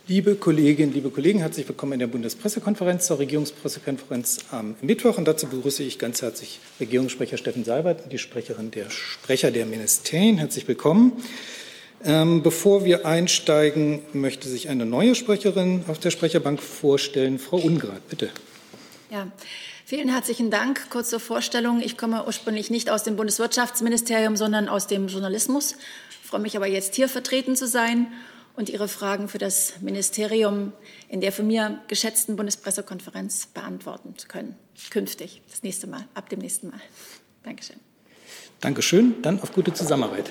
Liebe Kolleginnen, liebe Kollegen, herzlich willkommen in der Bundespressekonferenz zur Regierungspressekonferenz am Mittwoch. Und dazu begrüße ich ganz herzlich Regierungssprecher Steffen Seibert und die Sprecher der Ministerien. Herzlich willkommen. Bevor wir einsteigen, möchte sich eine neue Sprecherin auf der Sprecherbank vorstellen. Frau Ungrad, bitte. Ja. Vielen herzlichen Dank. Kurz zur Vorstellung. Ich komme ursprünglich nicht aus dem Bundeswirtschaftsministerium, sondern aus dem Journalismus. Ich freue mich aber jetzt hier vertreten zu sein und Ihre Fragen für das Ministerium in der von mir geschätzten Bundespressekonferenz beantworten zu können. Künftig, ab dem nächsten Mal. Dankeschön. Dankeschön. Dann auf gute Zusammenarbeit.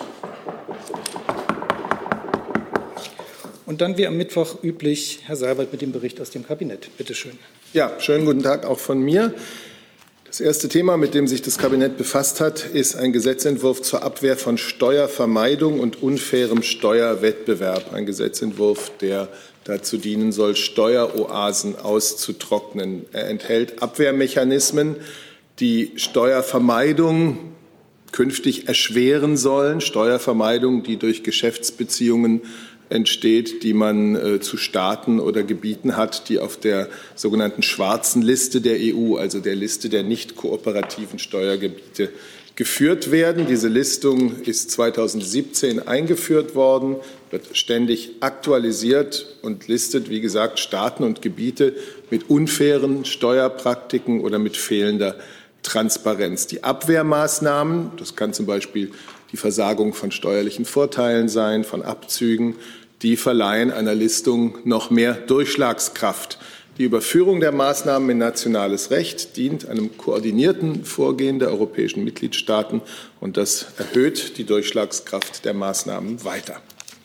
Und dann wie am Mittwoch üblich, Herr Seibert mit dem Bericht aus dem Kabinett. Bitte schön. Ja, schönen guten Tag auch von mir. Das erste Thema, mit dem sich das Kabinett befasst hat, ist ein Gesetzentwurf zur Abwehr von Steuervermeidung und unfairem Steuerwettbewerb. Ein Gesetzentwurf, der dazu dienen soll, Steueroasen auszutrocknen. Er enthält Abwehrmechanismen, die Steuervermeidung künftig erschweren sollen. Steuervermeidung, die durch Geschäftsbeziehungen entsteht, die man zu Staaten oder Gebieten hat, die auf der sogenannten schwarzen Liste der EU, also der Liste der nicht kooperativen Steuergebiete, geführt werden. Diese Listung ist 2017 eingeführt worden, wird ständig aktualisiert und listet, wie gesagt, Staaten und Gebiete mit unfairen Steuerpraktiken oder mit fehlender Transparenz. Die Abwehrmaßnahmen, das kann zum Beispiel die Versagung von steuerlichen Vorteilen sein, von Abzügen, die verleihen einer Listung noch mehr Durchschlagskraft. Die Überführung der Maßnahmen in nationales Recht dient einem koordinierten Vorgehen der europäischen Mitgliedstaaten, und das erhöht die Durchschlagskraft der Maßnahmen weiter.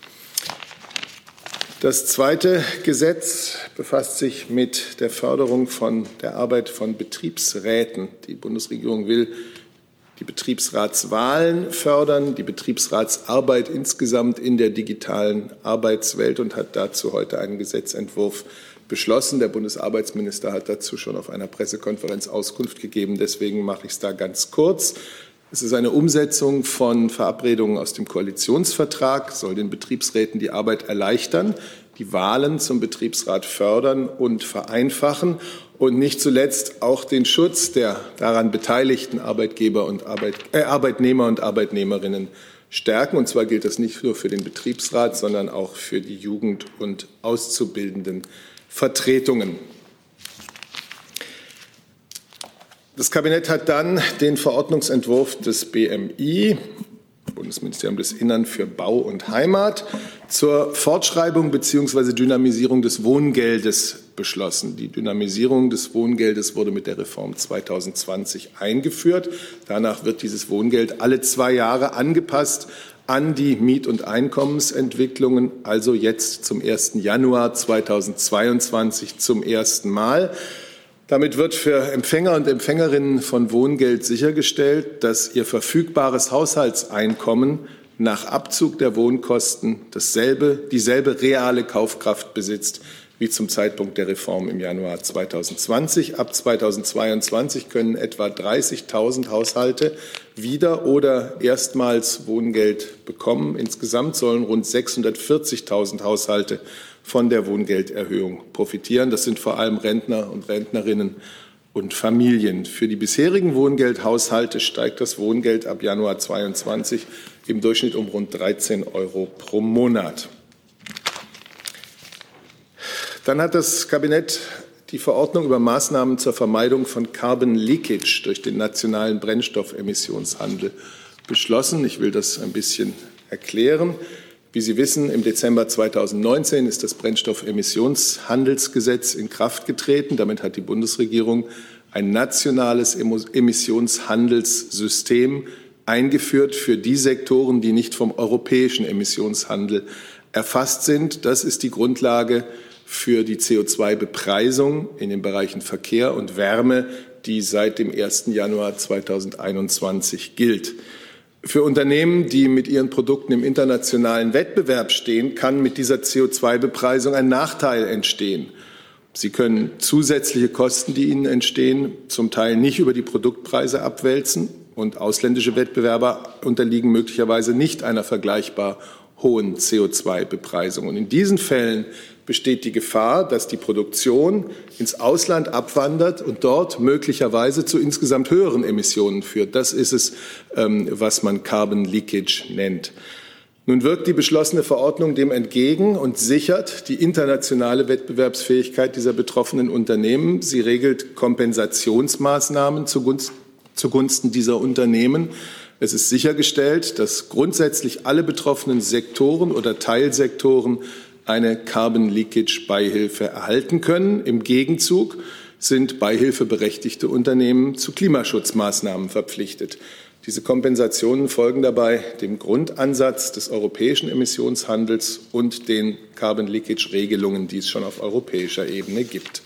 Das zweite Gesetz befasst sich mit der Förderung von der Arbeit von Betriebsräten. Die Bundesregierung will die Betriebsratswahlen fördern, die Betriebsratsarbeit insgesamt in der digitalen Arbeitswelt und hat dazu heute einen Gesetzentwurf beschlossen. Der Bundesarbeitsminister hat dazu schon auf einer Pressekonferenz Auskunft gegeben. Deswegen mache ich es da ganz kurz. Es ist eine Umsetzung von Verabredungen aus dem Koalitionsvertrag, soll den Betriebsräten die Arbeit erleichtern, die Wahlen zum Betriebsrat fördern und vereinfachen und nicht zuletzt auch den Schutz der daran beteiligten Arbeitnehmer und Arbeitnehmerinnen stärken. Und zwar gilt das nicht nur für den Betriebsrat, sondern auch für die Jugend- und Auszubildendenvertretungen. Das Kabinett hat dann den Verordnungsentwurf des BMI, Bundesministerium des Innern für Bau und Heimat, zur Fortschreibung bzw. Dynamisierung des Wohngeldes beschlossen. Die Dynamisierung des Wohngeldes wurde mit der Reform 2020 eingeführt. Danach wird dieses Wohngeld alle 2 Jahre angepasst an die Miet- und Einkommensentwicklungen, also jetzt zum 1. Januar 2022 zum ersten Mal. Damit wird für Empfänger und Empfängerinnen von Wohngeld sichergestellt, dass ihr verfügbares Haushaltseinkommen nach Abzug der Wohnkosten dieselbe reale Kaufkraft besitzt wie zum Zeitpunkt der Reform im Januar 2020. Ab 2022 können etwa 30.000 Haushalte wieder oder erstmals Wohngeld bekommen. Insgesamt sollen rund 640.000 Haushalte von der Wohngelderhöhung profitieren. Das sind vor allem Rentner und Rentnerinnen und Familien. Für die bisherigen Wohngeldhaushalte steigt das Wohngeld ab Januar 2022 im Durchschnitt um rund 13 € pro Monat. Dann hat das Kabinett die Verordnung über Maßnahmen zur Vermeidung von Carbon Leakage durch den nationalen Brennstoffemissionshandel beschlossen. Ich will das ein bisschen erklären. Wie Sie wissen, im Dezember 2019 ist das Brennstoffemissionshandelsgesetz in Kraft getreten. Damit hat die Bundesregierung ein nationales Emissionshandelssystem eingeführt für die Sektoren, die nicht vom europäischen Emissionshandel erfasst sind. Das ist die Grundlage für die CO2-Bepreisung in den Bereichen Verkehr und Wärme, die seit dem 1. Januar 2021 gilt. Für Unternehmen, die mit ihren Produkten im internationalen Wettbewerb stehen, kann mit dieser CO2-Bepreisung ein Nachteil entstehen. Sie können zusätzliche Kosten, die ihnen entstehen, zum Teil nicht über die Produktpreise abwälzen, und ausländische Wettbewerber unterliegen möglicherweise nicht einer vergleichbar hohen CO2-Bepreisung. Und in diesen Fällen besteht die Gefahr, dass die Produktion ins Ausland abwandert und dort möglicherweise zu insgesamt höheren Emissionen führt. Das ist es, was man Carbon Leakage nennt. Nun wirkt die beschlossene Verordnung dem entgegen und sichert die internationale Wettbewerbsfähigkeit dieser betroffenen Unternehmen. Sie regelt Kompensationsmaßnahmen zugunsten dieser Unternehmen. Es ist sichergestellt, dass grundsätzlich alle betroffenen Sektoren oder Teilsektoren eine Carbon Leakage Beihilfe erhalten können. Im Gegenzug sind beihilfeberechtigte Unternehmen zu Klimaschutzmaßnahmen verpflichtet. Diese Kompensationen folgen dabei dem Grundansatz des europäischen Emissionshandels und den Carbon Leakage Regelungen, die es schon auf europäischer Ebene gibt.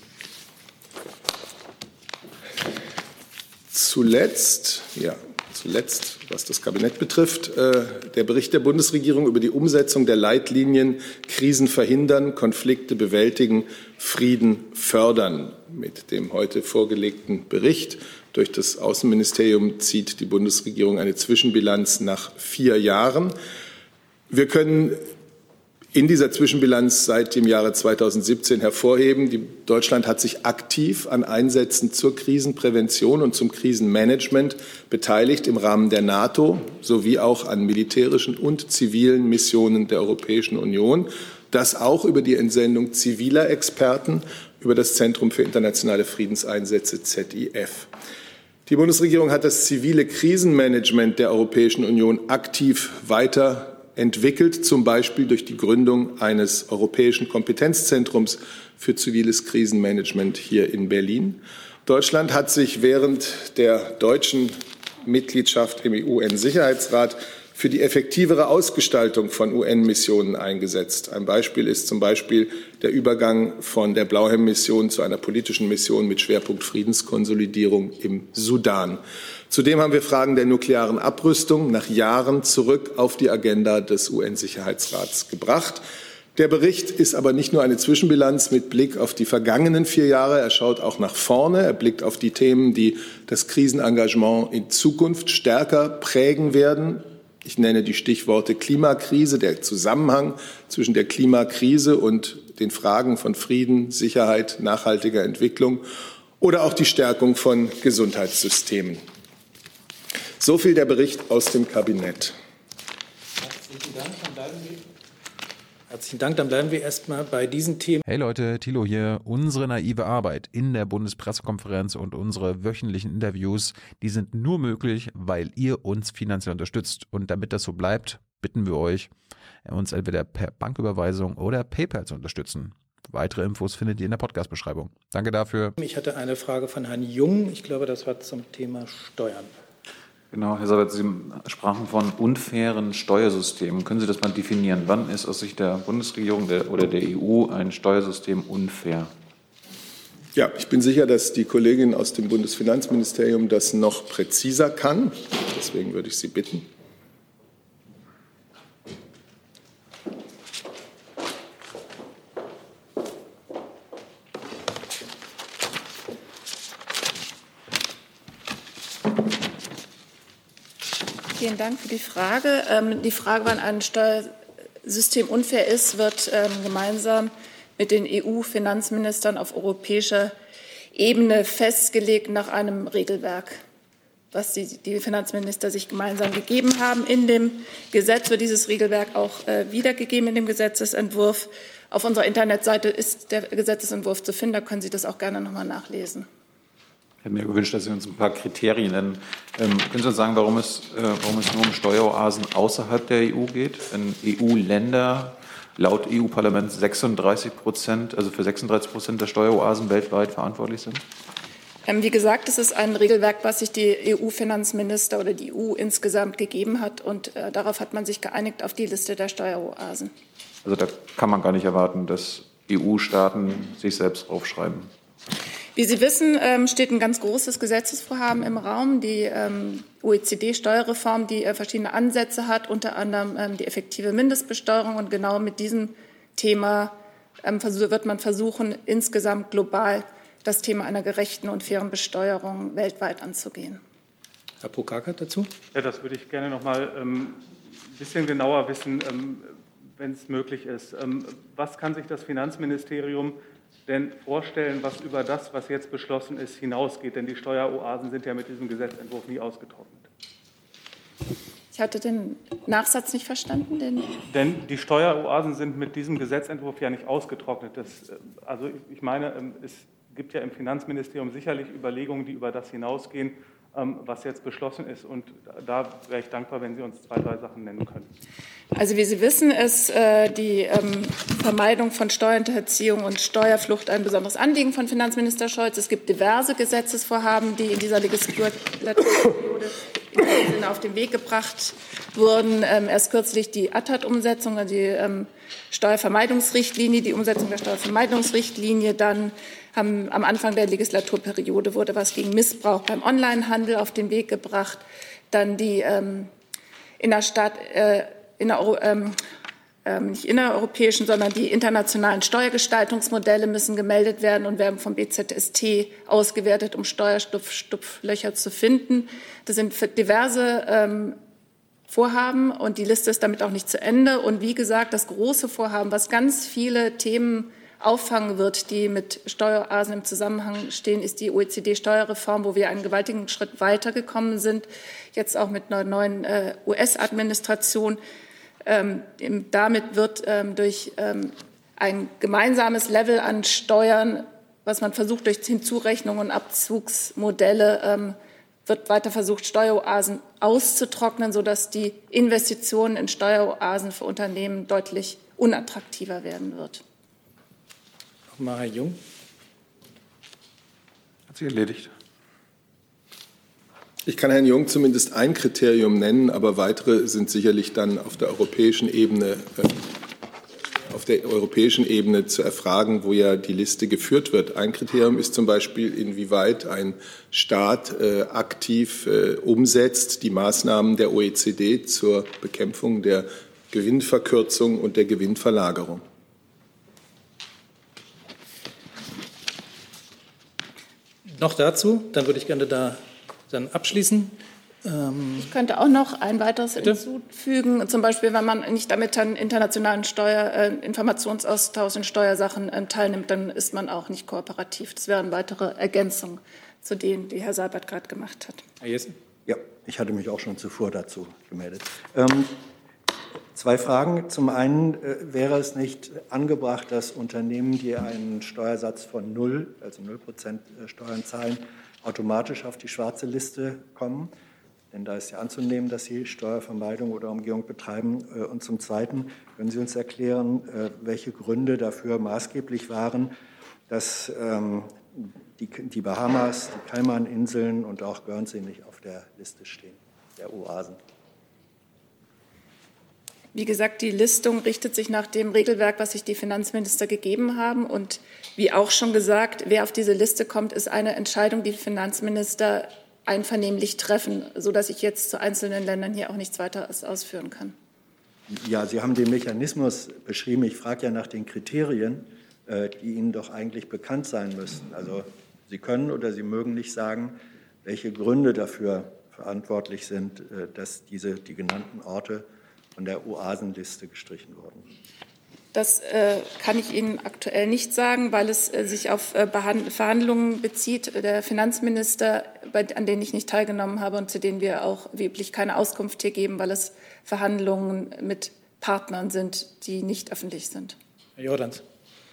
Zuletzt, was das Kabinett betrifft, der Bericht der Bundesregierung über die Umsetzung der Leitlinien Krisen verhindern, Konflikte bewältigen, Frieden fördern. Mit dem heute vorgelegten Bericht durch das Außenministerium zieht die Bundesregierung eine Zwischenbilanz nach 4 Jahren. Wir können in dieser Zwischenbilanz seit dem Jahre 2017 hervorheben, Deutschland hat sich aktiv an Einsätzen zur Krisenprävention und zum Krisenmanagement beteiligt im Rahmen der NATO sowie auch an militärischen und zivilen Missionen der Europäischen Union. Das auch über die Entsendung ziviler Experten über das Zentrum für internationale Friedenseinsätze ZIF. Die Bundesregierung hat das zivile Krisenmanagement der Europäischen Union aktiv weiterentwickelt, zum Beispiel durch die Gründung eines europäischen Kompetenzzentrums für ziviles Krisenmanagement hier in Berlin. Deutschland hat sich während der deutschen Mitgliedschaft im UN-Sicherheitsrat für die effektivere Ausgestaltung von UN-Missionen eingesetzt. Ein Beispiel ist zum Beispiel der Übergang von der Blauhelm-Mission zu einer politischen Mission mit Schwerpunkt Friedenskonsolidierung im Sudan. Zudem haben wir Fragen der nuklearen Abrüstung nach Jahren zurück auf die Agenda des UN-Sicherheitsrats gebracht. Der Bericht ist aber nicht nur eine Zwischenbilanz mit Blick auf die vergangenen 4 Jahre. Er schaut auch nach vorne. Er blickt auf die Themen, die das Krisenengagement in Zukunft stärker prägen werden. Ich nenne die Stichworte Klimakrise, der Zusammenhang zwischen der Klimakrise und den Fragen von Frieden, Sicherheit, nachhaltiger Entwicklung oder auch die Stärkung von Gesundheitssystemen. So viel der Bericht aus dem Kabinett. Herzlichen Dank. Dann bleiben wir erstmal bei diesen Themen. Hey Leute, Thilo hier. Unsere naive Arbeit in der Bundespressekonferenz und unsere wöchentlichen Interviews, die sind nur möglich, weil ihr uns finanziell unterstützt. Und damit das so bleibt, bitten wir euch, uns entweder per Banküberweisung oder PayPal zu unterstützen. Weitere Infos findet ihr in der Podcast-Beschreibung. Danke dafür. Ich hatte eine Frage von Herrn Jung. Ich glaube, das war zum Thema Steuern. Genau, Herr Seibert, Sie sprachen von unfairen Steuersystemen. Können Sie das mal definieren? Wann ist aus Sicht der Bundesregierung oder der EU ein Steuersystem unfair? Ja, ich bin sicher, dass die Kollegin aus dem Bundesfinanzministerium das noch präziser kann. Deswegen würde ich Sie bitten. Vielen Dank für die Frage. Die Frage, wann ein Steuersystem unfair ist, wird gemeinsam mit den EU-Finanzministern auf europäischer Ebene festgelegt nach einem Regelwerk, was die Finanzminister sich gemeinsam gegeben haben. In dem Gesetz wird dieses Regelwerk auch wiedergegeben in dem Gesetzesentwurf. Auf unserer Internetseite ist der Gesetzesentwurf zu finden. Da können Sie das auch gerne noch mal nachlesen. Ich hätte mir gewünscht, dass Sie uns ein paar Kriterien nennen. Können Sie uns sagen, warum es nur um Steueroasen außerhalb der EU geht? Wenn EU-Länder laut EU-Parlament 36%, also für 36% der Steueroasen weltweit verantwortlich sind? Wie gesagt, es ist ein Regelwerk, was sich die EU-Finanzminister oder die EU insgesamt gegeben hat. Und darauf hat man sich geeinigt auf die Liste der Steueroasen. Also da kann man gar nicht erwarten, dass EU-Staaten sich selbst draufschreiben. Wie Sie wissen, steht ein ganz großes Gesetzesvorhaben im Raum, die OECD-Steuerreform, die verschiedene Ansätze hat, unter anderem die effektive Mindestbesteuerung. Und genau mit diesem Thema wird man versuchen, insgesamt global das Thema einer gerechten und fairen Besteuerung weltweit anzugehen. Herr Prokaka dazu? Ja, das würde ich gerne noch mal ein bisschen genauer wissen. wenn es möglich ist. Was kann sich das Finanzministerium denn vorstellen, was über das, was jetzt beschlossen ist, hinausgeht? Denn die Steueroasen sind ja mit diesem Gesetzentwurf nie ausgetrocknet. Ich hatte den Nachsatz nicht verstanden. Denn die Steueroasen sind mit diesem Gesetzentwurf ja nicht ausgetrocknet. Ich meine, es gibt ja im Finanzministerium sicherlich Überlegungen, die über das hinausgehen, was jetzt beschlossen ist. Und da wäre ich dankbar, wenn Sie uns 2, 3 Sachen nennen können. Also wie Sie wissen, ist die Vermeidung von Steuerhinterziehung und Steuerflucht ein besonderes Anliegen von Finanzminister Scholz. Es gibt diverse Gesetzesvorhaben, die in dieser Legislaturperiode in diesem Sinne auf den Weg gebracht wurden. Erst kürzlich die ATAD-Umsetzung, also die Steuervermeidungsrichtlinie, die Umsetzung der Steuervermeidungsrichtlinie. Dann am Anfang der Legislaturperiode wurde was gegen Missbrauch beim Onlinehandel auf den Weg gebracht. Dann die nicht innereuropäischen, sondern die internationalen Steuergestaltungsmodelle müssen gemeldet werden und werden vom BZST ausgewertet, um Steuerstupflöcher zu finden. Das sind diverse Vorhaben und die Liste ist damit auch nicht zu Ende. Und wie gesagt, das große Vorhaben, was ganz viele Themen auffangen wird, die mit Steueroasen im Zusammenhang stehen, ist die OECD-Steuerreform, wo wir einen gewaltigen Schritt weitergekommen sind, jetzt auch mit einer neuen US-Administration. Damit wird durch ein gemeinsames Level an Steuern, was man versucht durch Hinzurechnung und Abzugsmodelle, wird weiter versucht, Steueroasen auszutrocknen, sodass die Investitionen in Steueroasen für Unternehmen deutlich unattraktiver werden wird. Nochmal Herr Jung. Hat sich erledigt. Ich kann Herrn Jung zumindest ein Kriterium nennen, aber weitere sind sicherlich dann auf der europäischen Ebene zu erfragen, wo ja die Liste geführt wird. Ein Kriterium ist zum Beispiel, inwieweit ein Staat aktiv umsetzt die Maßnahmen der OECD zur Bekämpfung der Gewinnverkürzung und der Gewinnverlagerung. Noch dazu, dann würde ich gerne dann abschließen. Ich könnte auch noch ein weiteres hinzufügen. Zum Beispiel, wenn man nicht damit an internationalen Informationsaustausch in Steuersachen teilnimmt, dann ist man auch nicht kooperativ. Das wäre eine weitere Ergänzung zu denen, die Herr Seibert gerade gemacht hat. Herr Jessen? Ja, ich hatte mich auch schon zuvor dazu gemeldet. 2 Fragen. Zum einen wäre es nicht angebracht, dass Unternehmen, die einen Steuersatz von 0, also 0% Steuern zahlen, automatisch auf die schwarze Liste kommen? Denn da ist ja anzunehmen, dass sie Steuervermeidung oder Umgehung betreiben. Und zum Zweiten, können Sie uns erklären, welche Gründe dafür maßgeblich waren, dass die Bahamas, die Kaimaninseln und auch Guernsey nicht auf der Liste stehen, der Oasen? Wie gesagt, die Listung richtet sich nach dem Regelwerk, was sich die Finanzminister gegeben haben. Und wie auch schon gesagt, wer auf diese Liste kommt, ist eine Entscheidung, die Finanzminister einvernehmlich treffen, sodass ich jetzt zu einzelnen Ländern hier auch nichts weiter ausführen kann. Ja, Sie haben den Mechanismus beschrieben. Ich frage ja nach den Kriterien, die Ihnen doch eigentlich bekannt sein müssten. Also Sie können oder Sie mögen nicht sagen, welche Gründe dafür verantwortlich sind, dass die genannten Orte von der Oasenliste gestrichen wurden. Das kann ich Ihnen aktuell nicht sagen, weil es sich auf Verhandlungen bezieht, der Finanzminister, an denen ich nicht teilgenommen habe und zu denen wir auch wie üblich keine Auskunft hier geben, weil es Verhandlungen mit Partnern sind, die nicht öffentlich sind. Herr Jordans.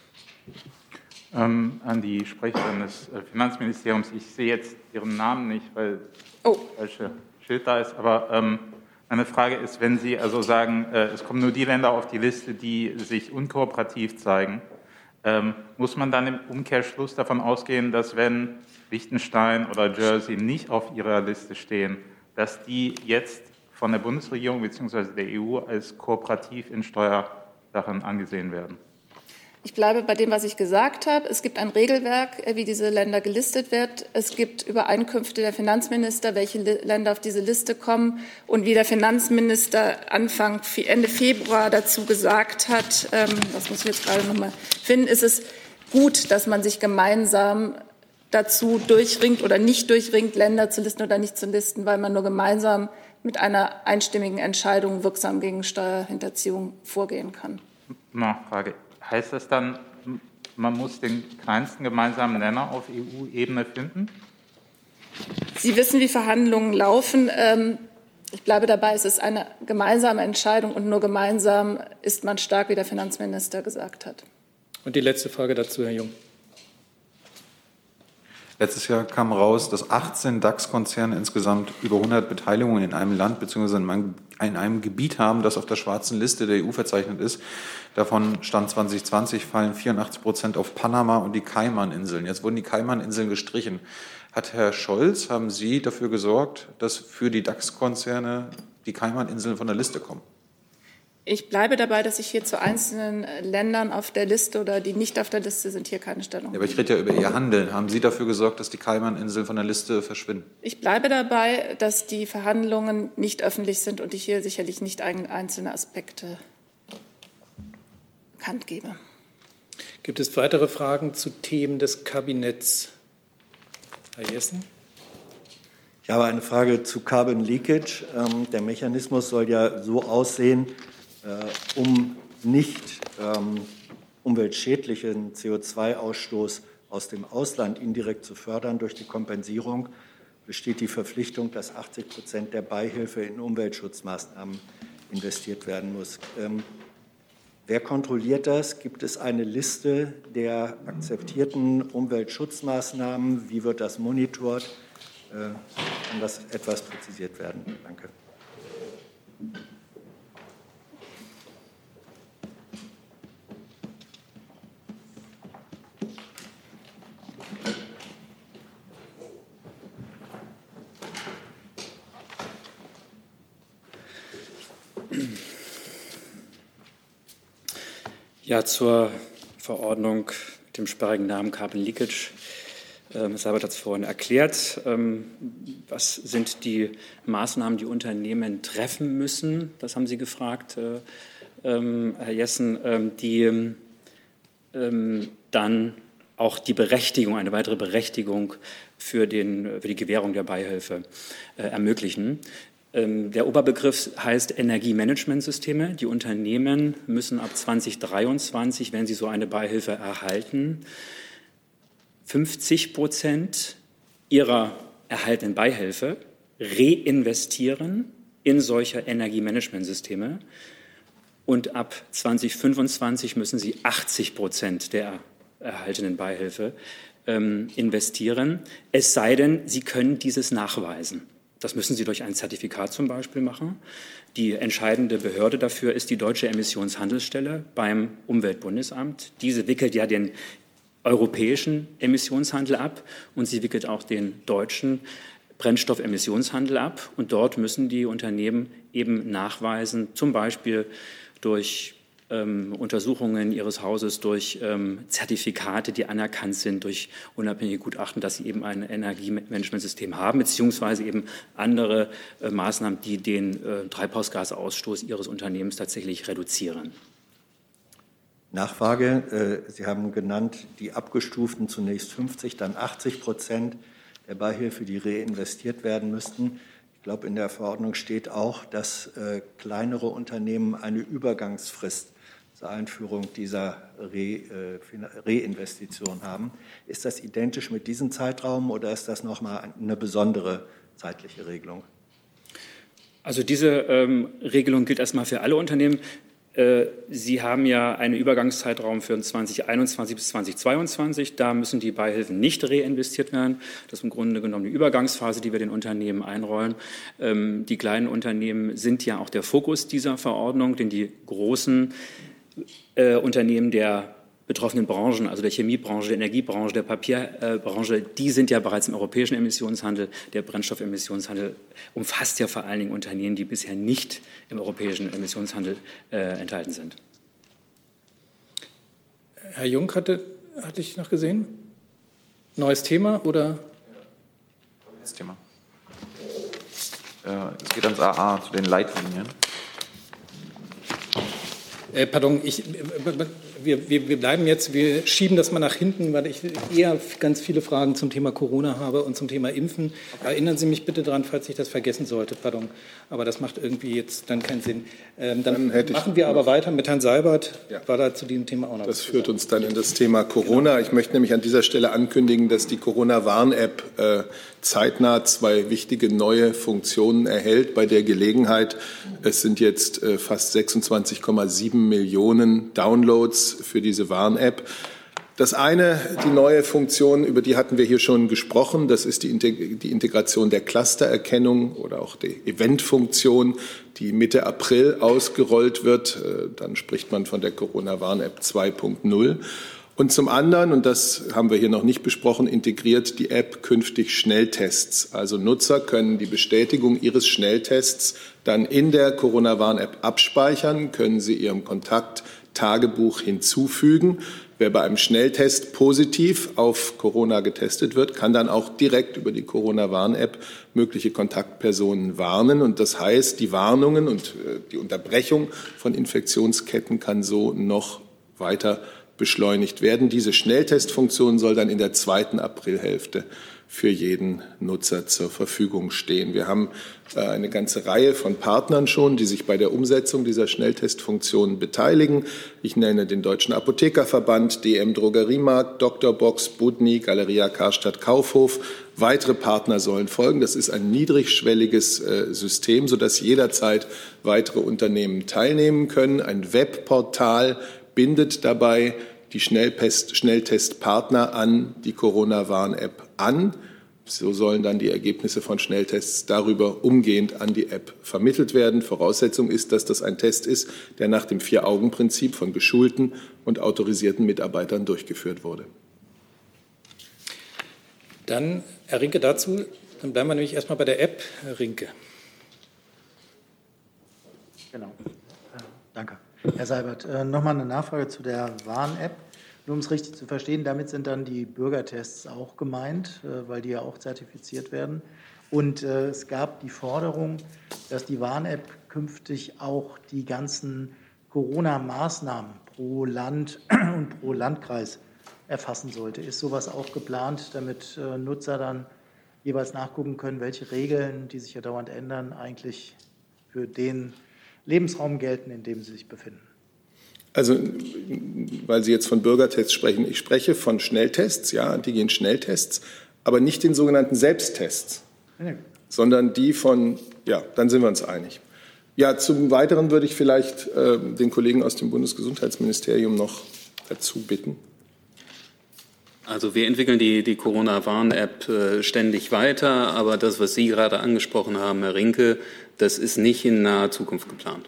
An die Sprecherin des Finanzministeriums. Ich sehe jetzt Ihren Namen nicht, weil das falsche Schild da ist, aber meine Frage ist, wenn Sie also sagen, es kommen nur die Länder auf die Liste, die sich unkooperativ zeigen, muss man dann im Umkehrschluss davon ausgehen, dass wenn Liechtenstein oder Jersey nicht auf Ihrer Liste stehen, dass die jetzt von der Bundesregierung bzw. der EU als kooperativ in Steuersachen angesehen werden? Ich bleibe bei dem, was ich gesagt habe. Es gibt ein Regelwerk, wie diese Länder gelistet werden. Es gibt Übereinkünfte der Finanzminister, welche Länder auf diese Liste kommen. Und wie der Finanzminister Ende Februar dazu gesagt hat, das muss ich jetzt gerade noch mal finden, ist es gut, dass man sich gemeinsam dazu durchringt oder nicht durchringt, Länder zu listen oder nicht zu listen, weil man nur gemeinsam mit einer einstimmigen Entscheidung wirksam gegen Steuerhinterziehung vorgehen kann. Nachfrage. Heißt das dann, man muss den kleinsten gemeinsamen Nenner auf EU-Ebene finden? Sie wissen, wie Verhandlungen laufen. Ich bleibe dabei, es ist eine gemeinsame Entscheidung und nur gemeinsam ist man stark, wie der Finanzminister gesagt hat. Und die letzte Frage dazu, Herr Jung. Letztes Jahr kam raus, dass 18 DAX-Konzerne insgesamt über 100 Beteiligungen in einem Land bzw. in einem Gebiet haben, das auf der schwarzen Liste der EU verzeichnet ist. Davon Stand 2020 fallen 84% auf Panama und die Kaimaninseln. Jetzt wurden die Kaimaninseln gestrichen. Hat Herr Scholz, haben Sie dafür gesorgt, dass für die DAX-Konzerne die Kaimaninseln von der Liste kommen? Ich bleibe dabei, dass ich hier zu einzelnen Ländern auf der Liste oder die nicht auf der Liste sind, hier keine Stellung. Ja, aber ich rede ja über Ihr Handeln. Haben Sie dafür gesorgt, dass die Kaimaninseln von der Liste verschwinden? Ich bleibe dabei, dass die Verhandlungen nicht öffentlich sind und ich hier sicherlich nicht einzelne Aspekte bekannt gebe. Gibt es weitere Fragen zu Themen des Kabinetts? Herr Jessen? Ich habe eine Frage zu Carbon Leakage. Der Mechanismus soll ja so aussehen, um nicht umweltschädlichen CO2-Ausstoß aus dem Ausland indirekt zu fördern durch die Kompensierung, besteht die Verpflichtung, dass 80% der Beihilfe in Umweltschutzmaßnahmen investiert werden muss. Wer kontrolliert das? Gibt es eine Liste der akzeptierten Umweltschutzmaßnahmen? Wie wird das monitort? Kann das etwas präzisiert werden? Danke. Ja, zur Verordnung mit dem sperrigen Namen Carbon Leakage. Herr Seibert hat es vorhin erklärt. Was sind die Maßnahmen, die Unternehmen treffen müssen? Das haben Sie gefragt, Herr Jessen, die dann auch die Berechtigung, eine weitere Berechtigung für die Gewährung der Beihilfe ermöglichen. Der Oberbegriff heißt Energiemanagementsysteme. Die Unternehmen müssen ab 2023, wenn sie so eine Beihilfe erhalten, 50% ihrer erhaltenen Beihilfe reinvestieren in solche Energiemanagementsysteme. Und ab 2025 müssen sie 80% der erhaltenen Beihilfe investieren, es sei denn, sie können dieses nachweisen. Das müssen Sie durch ein Zertifikat zum Beispiel machen. Die entscheidende Behörde dafür ist die Deutsche Emissionshandelsstelle beim Umweltbundesamt. Diese wickelt ja den europäischen Emissionshandel ab und sie wickelt auch den deutschen Brennstoffemissionshandel ab. Und dort müssen die Unternehmen eben nachweisen, zum Beispiel durch Untersuchungen ihres Hauses, durch Zertifikate, die anerkannt sind, durch unabhängige Gutachten, dass sie eben ein Energiemanagementsystem haben, beziehungsweise eben andere Maßnahmen, die den Treibhausgasausstoß ihres Unternehmens tatsächlich reduzieren. Nachfrage. Sie haben genannt, die abgestuften zunächst 50, dann 80% der Beihilfe, die reinvestiert werden müssten. Ich glaube, in der Verordnung steht auch, dass kleinere Unternehmen eine Übergangsfrist zur Einführung dieser Reinvestition haben. Ist das identisch mit diesem Zeitraum oder ist das nochmal eine besondere zeitliche Regelung? Also diese Regelung gilt erstmal für alle Unternehmen. Sie haben ja einen Übergangszeitraum für 2021 bis 2022. Da müssen die Beihilfen nicht reinvestiert werden. Das ist im Grunde genommen die Übergangsphase, die wir den Unternehmen einräumen. Die kleinen Unternehmen sind ja auch der Fokus dieser Verordnung, denn die großen Unternehmen der betroffenen Branchen, also der Chemiebranche, der Energiebranche, der Papierbranche, die sind ja bereits im europäischen Emissionshandel. Der Brennstoffemissionshandel umfasst ja vor allen Dingen Unternehmen, die bisher nicht im europäischen Emissionshandel enthalten sind. Herr Jung hatte ich noch gesehen? Neues Thema oder? Neues Thema. Es geht ans AA zu den Leitlinien. Pardon, wir bleiben jetzt, wir schieben das mal nach hinten, weil ich eher ganz viele Fragen zum Thema Corona habe und zum Thema Impfen. Erinnern Sie mich bitte daran, falls ich das vergessen sollte, pardon. Aber das macht irgendwie jetzt dann keinen Sinn. Dann machen wir aber weiter mit Herrn Seibert. Ja. War da zu diesem Thema auch noch Das führt uns dann in das Thema Corona. Genau. Ich möchte nämlich an dieser Stelle ankündigen, dass die Corona-Warn-App zeitnah 2 wichtige neue Funktionen erhält. Bei der Gelegenheit, es sind jetzt fast 26,7 Millionen Downloads für diese Warn-App. Das eine, die neue Funktion, über die hatten wir hier schon gesprochen, das ist die Integration der Clustererkennung oder auch die Eventfunktion, die Mitte April ausgerollt wird. Dann spricht man von der Corona-Warn-App 2.0. Und zum anderen, und das haben wir hier noch nicht besprochen, integriert die App künftig Schnelltests. Also Nutzer können die Bestätigung ihres Schnelltests dann in der Corona-Warn-App abspeichern, können sie ihrem Kontakttagebuch hinzufügen. Wer bei einem Schnelltest positiv auf Corona getestet wird, kann dann auch direkt über die Corona-Warn-App mögliche Kontaktpersonen warnen. Und das heißt, die Warnungen und die Unterbrechung von Infektionsketten kann so noch weiter beschleunigt werden. Diese Schnelltestfunktion soll dann in der 2. Aprilhälfte für jeden Nutzer zur Verfügung stehen. Wir haben eine ganze Reihe von Partnern schon, die sich bei der Umsetzung dieser Schnelltestfunktion beteiligen. Ich nenne den Deutschen Apothekerverband, DM Drogeriemarkt, Dr. Box, Budni, Galeria Karstadt Kaufhof. Weitere Partner sollen folgen. Das ist ein niedrigschwelliges System, sodass jederzeit weitere Unternehmen teilnehmen können. Ein Webportal bindet dabei die Schnelltestpartner an die Corona-Warn-App an. So sollen dann die Ergebnisse von Schnelltests darüber umgehend an die App vermittelt werden. Voraussetzung ist, dass das ein Test ist, der nach dem 4-Augen-Prinzip von geschulten und autorisierten Mitarbeitern durchgeführt wurde. Dann, Herr Rinke, dazu. Dann bleiben wir nämlich erstmal bei der App. Herr Rinke. Genau. Danke. Herr Seibert, nochmal eine Nachfrage zu der Warn-App. Nur um es richtig zu verstehen, damit sind dann die Bürgertests auch gemeint, weil die ja auch zertifiziert werden. Und es gab die Forderung, dass die Warn-App künftig auch die ganzen Corona-Maßnahmen pro Land und pro Landkreis erfassen sollte. Ist sowas auch geplant, damit Nutzer dann jeweils nachgucken können, welche Regeln, die sich ja dauernd ändern, eigentlich für den Lebensraum gelten, in dem sie sich befinden? Also, weil Sie jetzt von Bürgertests sprechen, ich spreche von Schnelltests, ja, Antigen-Schnelltests, aber nicht den sogenannten Selbsttests, sondern die von, ja, dann sind wir uns einig. Ja, zum Weiteren würde ich vielleicht den Kollegen aus dem Bundesgesundheitsministerium noch dazu bitten. Also wir entwickeln die Corona-Warn-App ständig weiter, aber das, was Sie gerade angesprochen haben, Herr Rinke, das ist nicht in naher Zukunft geplant.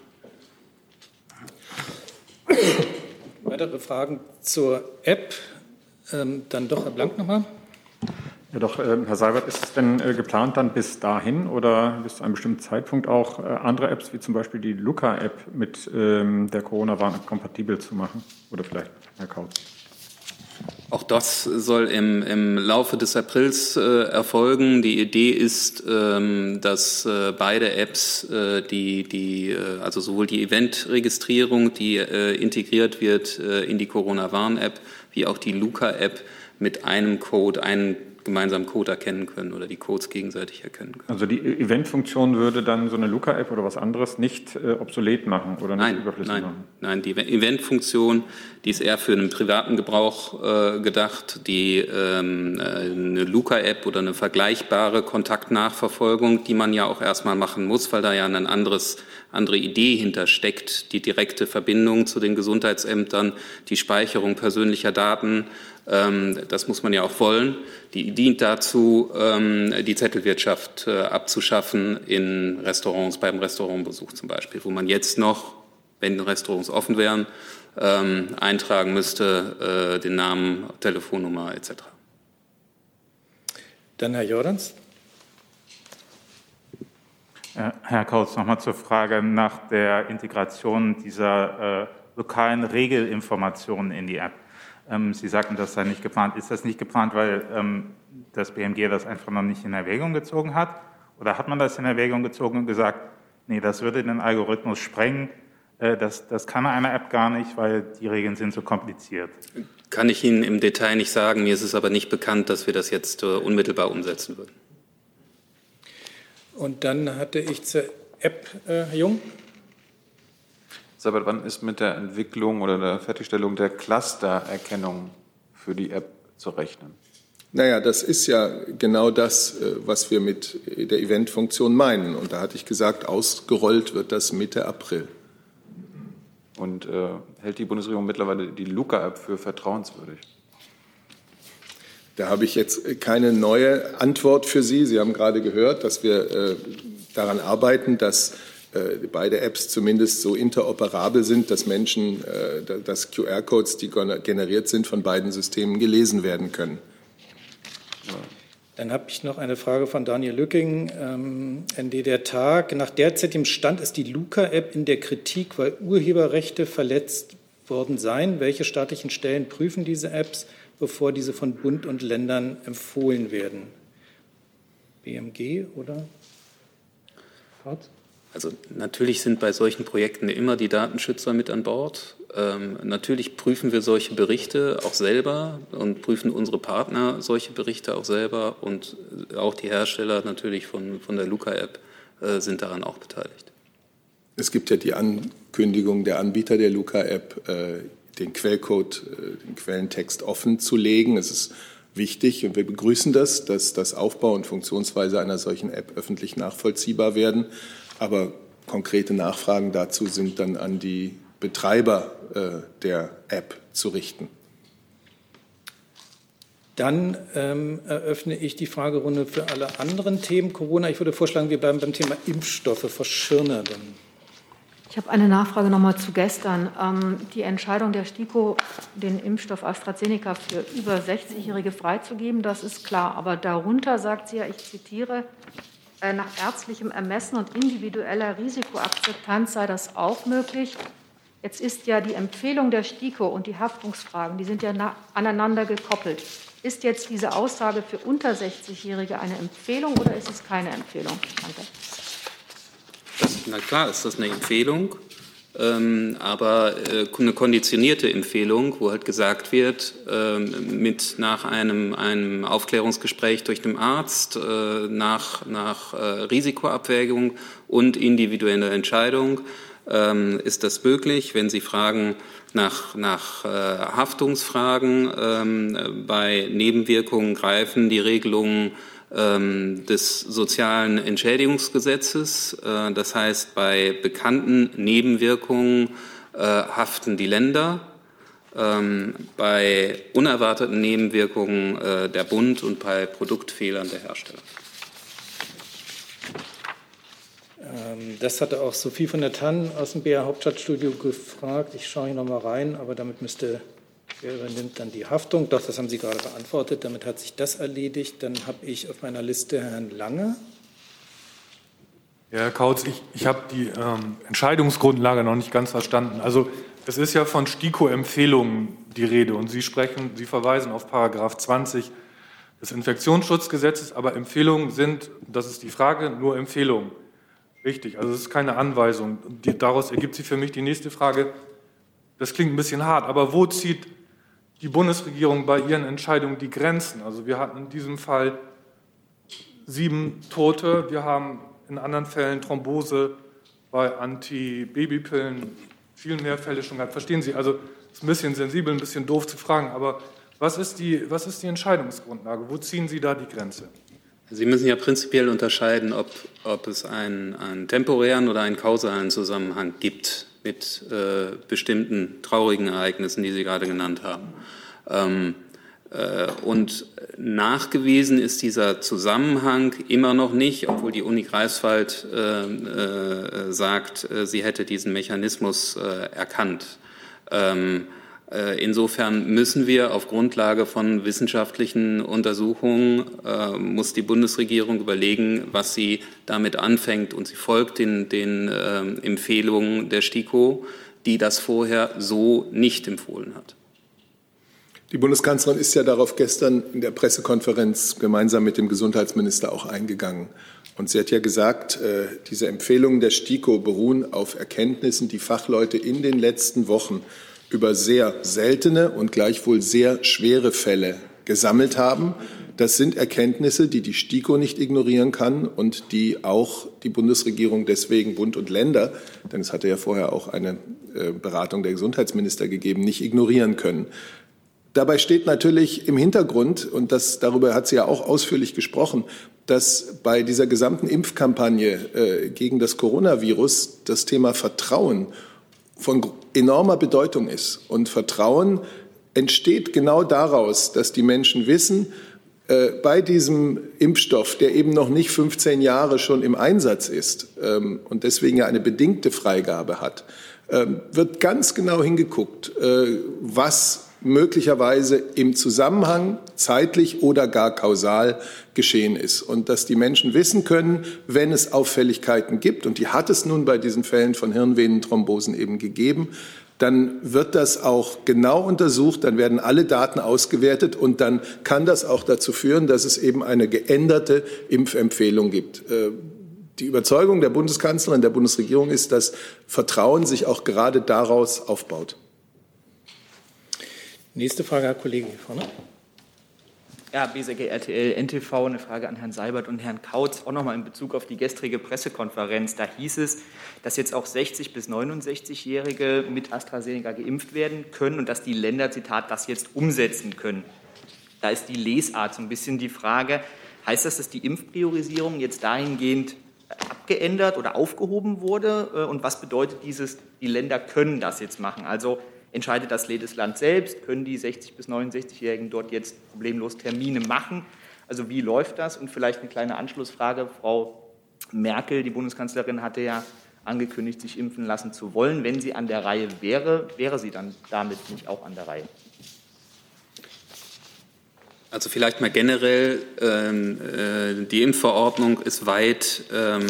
Weitere Fragen zur App? Dann doch Herr Blank nochmal. Ja doch, Herr Seibert, ist es denn geplant, dann bis dahin oder bis zu einem bestimmten Zeitpunkt auch andere Apps wie zum Beispiel die Luca-App mit der Corona-Warn-App kompatibel zu machen? Oder vielleicht Herr Kautz? Auch das soll im Laufe des Aprils erfolgen. Die Idee ist, dass beide Apps, also sowohl die Eventregistrierung, die integriert wird in die Corona-Warn-App, wie auch die Luca-App mit einem Code, einen gemeinsamen Code erkennen können oder die Codes gegenseitig erkennen können. Also die Eventfunktion würde dann so eine Luca-App oder was anderes nicht obsolet machen oder nicht überflüssig machen? Nein, die Eventfunktion, die ist eher für einen privaten Gebrauch gedacht. Eine Luca-App oder eine vergleichbare Kontaktnachverfolgung, die man ja auch erstmal machen muss, weil da ja eine andere Idee hintersteckt, die direkte Verbindung zu den Gesundheitsämtern, die Speicherung persönlicher Daten. Das muss man ja auch wollen. Die dient dazu, die Zettelwirtschaft abzuschaffen in Restaurants, beim Restaurantbesuch zum Beispiel, wo man jetzt noch, wenn Restaurants offen wären, eintragen müsste, den Namen, Telefonnummer etc. Dann Herr Jordans. Herr Kautz, nochmal zur Frage nach der Integration dieser lokalen Regelinformationen in die App. Sie sagten, das sei nicht geplant. Ist das nicht geplant, weil das BMG das einfach noch nicht in Erwägung gezogen hat? Oder hat man das in Erwägung gezogen und gesagt, nee, das würde den Algorithmus sprengen, das kann eine App gar nicht, weil die Regeln sind so kompliziert. Kann ich Ihnen im Detail nicht sagen. Mir ist es aber nicht bekannt, dass wir das jetzt unmittelbar umsetzen würden. Und dann hatte ich zur App, Herr Jung. Seibert, wann ist mit der Entwicklung oder der Fertigstellung der Clustererkennung für die App zu rechnen? Naja, das ist ja genau das, was wir mit der Eventfunktion meinen. Und da hatte ich gesagt, ausgerollt wird das Mitte April. Und hält die Bundesregierung mittlerweile die Luca-App für vertrauenswürdig? Da habe ich jetzt keine neue Antwort für Sie. Sie haben gerade gehört, dass wir daran arbeiten, dass beide Apps zumindest so interoperabel sind, dass Menschen, dass QR-Codes, die generiert sind, von beiden Systemen gelesen werden können. Dann habe ich noch eine Frage von Daniel Lücking, ND der Tag. Nach derzeitigem Stand ist die Luca-App in der Kritik, weil Urheberrechte verletzt worden seien. Welche staatlichen Stellen prüfen diese Apps, bevor diese von Bund und Ländern empfohlen werden? BMG oder? Also natürlich sind bei solchen Projekten immer die Datenschützer mit an Bord. Natürlich prüfen wir solche Berichte auch selber und prüfen unsere Partner solche Berichte auch selber. Und auch die Hersteller natürlich von der Luca-App sind daran auch beteiligt. Es gibt ja die Ankündigung der Anbieter der Luca-App, den Quellcode, den Quellentext offen zu legen. Es ist wichtig und wir begrüßen das, dass das Aufbau und Funktionsweise einer solchen App öffentlich nachvollziehbar werden. Aber konkrete Nachfragen dazu sind dann an die Betreiber der App zu richten. Dann eröffne ich die Fragerunde für alle anderen Themen Corona. Ich würde vorschlagen, wir bleiben beim Thema Impfstoffe. Frau Schirner dann. Ich habe eine Nachfrage noch mal zu gestern. Die Entscheidung der STIKO, den Impfstoff AstraZeneca für über 60-Jährige freizugeben, das ist klar. Aber darunter sagt sie ja, ich zitiere, nach ärztlichem Ermessen und individueller Risikoakzeptanz sei das auch möglich. Jetzt ist ja die Empfehlung der STIKO und die Haftungsfragen, die sind ja aneinander gekoppelt. Ist jetzt diese Aussage für unter 60-Jährige eine Empfehlung oder ist es keine Empfehlung? Danke. Na klar ist das eine Empfehlung, aber eine konditionierte Empfehlung, wo halt gesagt wird, nach einem Aufklärungsgespräch durch den Arzt, nach Risikoabwägung und individueller Entscheidung ist das möglich. Wenn Sie fragen nach Haftungsfragen bei Nebenwirkungen, greifen die Regelungen des sozialen Entschädigungsgesetzes. Das heißt, bei bekannten Nebenwirkungen haften die Länder, bei unerwarteten Nebenwirkungen der Bund und bei Produktfehlern der Hersteller. Das hatte auch Sophie von der Tann aus dem BR Hauptstadtstudio gefragt. Ich schaue hier noch mal rein, aber damit wer übernimmt dann die Haftung? Doch, das haben Sie gerade beantwortet. Damit hat sich das erledigt. Dann habe ich auf meiner Liste Herrn Lange. Ja, Herr Kautz, ich habe die Entscheidungsgrundlage noch nicht ganz verstanden. Also es ist ja von STIKO-Empfehlungen die Rede und Sie verweisen auf § 20 des Infektionsschutzgesetzes, aber Empfehlungen sind, das ist die Frage, nur Empfehlungen. Richtig, also es ist keine Anweisung. Daraus ergibt sich für mich die nächste Frage, das klingt ein bisschen hart, aber wo zieht die Bundesregierung bei ihren Entscheidungen die Grenzen? Also wir hatten in diesem Fall 7 Tote, wir haben in anderen Fällen Thrombose bei Antibabypillen, viel mehr Fälle schon gehabt. Verstehen Sie, also es ist ein bisschen sensibel, ein bisschen doof zu fragen, aber was ist die Entscheidungsgrundlage? Wo ziehen Sie da die Grenze? Sie müssen ja prinzipiell unterscheiden, ob es einen temporären oder einen kausalen Zusammenhang gibt mit bestimmten traurigen Ereignissen, die Sie gerade genannt haben. Und nachgewiesen ist dieser Zusammenhang immer noch nicht, obwohl die Uni Greifswald sagt, sie hätte diesen Mechanismus erkannt. Insofern müssen wir auf Grundlage von wissenschaftlichen Untersuchungen, muss die Bundesregierung überlegen, was sie damit anfängt. Und sie folgt den Empfehlungen der STIKO, die das vorher so nicht empfohlen hat. Die Bundeskanzlerin ist ja darauf gestern in der Pressekonferenz gemeinsam mit dem Gesundheitsminister auch eingegangen. Und sie hat ja gesagt, diese Empfehlungen der STIKO beruhen auf Erkenntnissen, die Fachleute in den letzten Wochen über sehr seltene und gleichwohl sehr schwere Fälle gesammelt haben. Das sind Erkenntnisse, die die STIKO nicht ignorieren kann und die auch die Bundesregierung deswegen, Bund und Länder, denn es hatte ja vorher auch eine Beratung der Gesundheitsminister gegeben, nicht ignorieren können. Dabei steht natürlich im Hintergrund, und darüber hat sie ja auch ausführlich gesprochen, dass bei dieser gesamten Impfkampagne gegen das Coronavirus das Thema Vertrauen von enormer Bedeutung ist. Und Vertrauen entsteht genau daraus, dass die Menschen wissen, bei diesem Impfstoff, der eben noch nicht 15 Jahre schon im Einsatz ist und deswegen ja eine bedingte Freigabe hat, wird ganz genau hingeguckt, was möglicherweise im Zusammenhang zeitlich oder gar kausal geschehen ist. Und dass die Menschen wissen können, wenn es Auffälligkeiten gibt, und die hat es nun bei diesen Fällen von Hirnvenenthrombosen eben gegeben, dann wird das auch genau untersucht, dann werden alle Daten ausgewertet und dann kann das auch dazu führen, dass es eben eine geänderte Impfempfehlung gibt. Die Überzeugung der Bundeskanzlerin, der Bundesregierung ist, dass Vertrauen sich auch gerade daraus aufbaut. Nächste Frage, Herr Kollege hier vorne. Ja, BSG RTL, NTV, eine Frage an Herrn Seibert und Herrn Kautz, auch nochmal in Bezug auf die gestrige Pressekonferenz. Da hieß es, dass jetzt auch 60- bis 69-Jährige mit AstraZeneca geimpft werden können und dass die Länder, Zitat, das jetzt umsetzen können. Da ist die Lesart so ein bisschen die Frage, heißt das, dass die Impfpriorisierung jetzt dahingehend abgeändert oder aufgehoben wurde? Und was bedeutet dieses, die Länder können das jetzt machen? Also entscheidet das jedes Land selbst? Können die 60- bis 69-Jährigen dort jetzt problemlos Termine machen? Also wie läuft das? Und vielleicht eine kleine Anschlussfrage. Frau Merkel, die Bundeskanzlerin, hatte ja angekündigt, sich impfen lassen zu wollen. Wenn sie an der Reihe wäre, wäre sie dann damit nicht auch an der Reihe? Also vielleicht mal generell, die Impfverordnung ist weit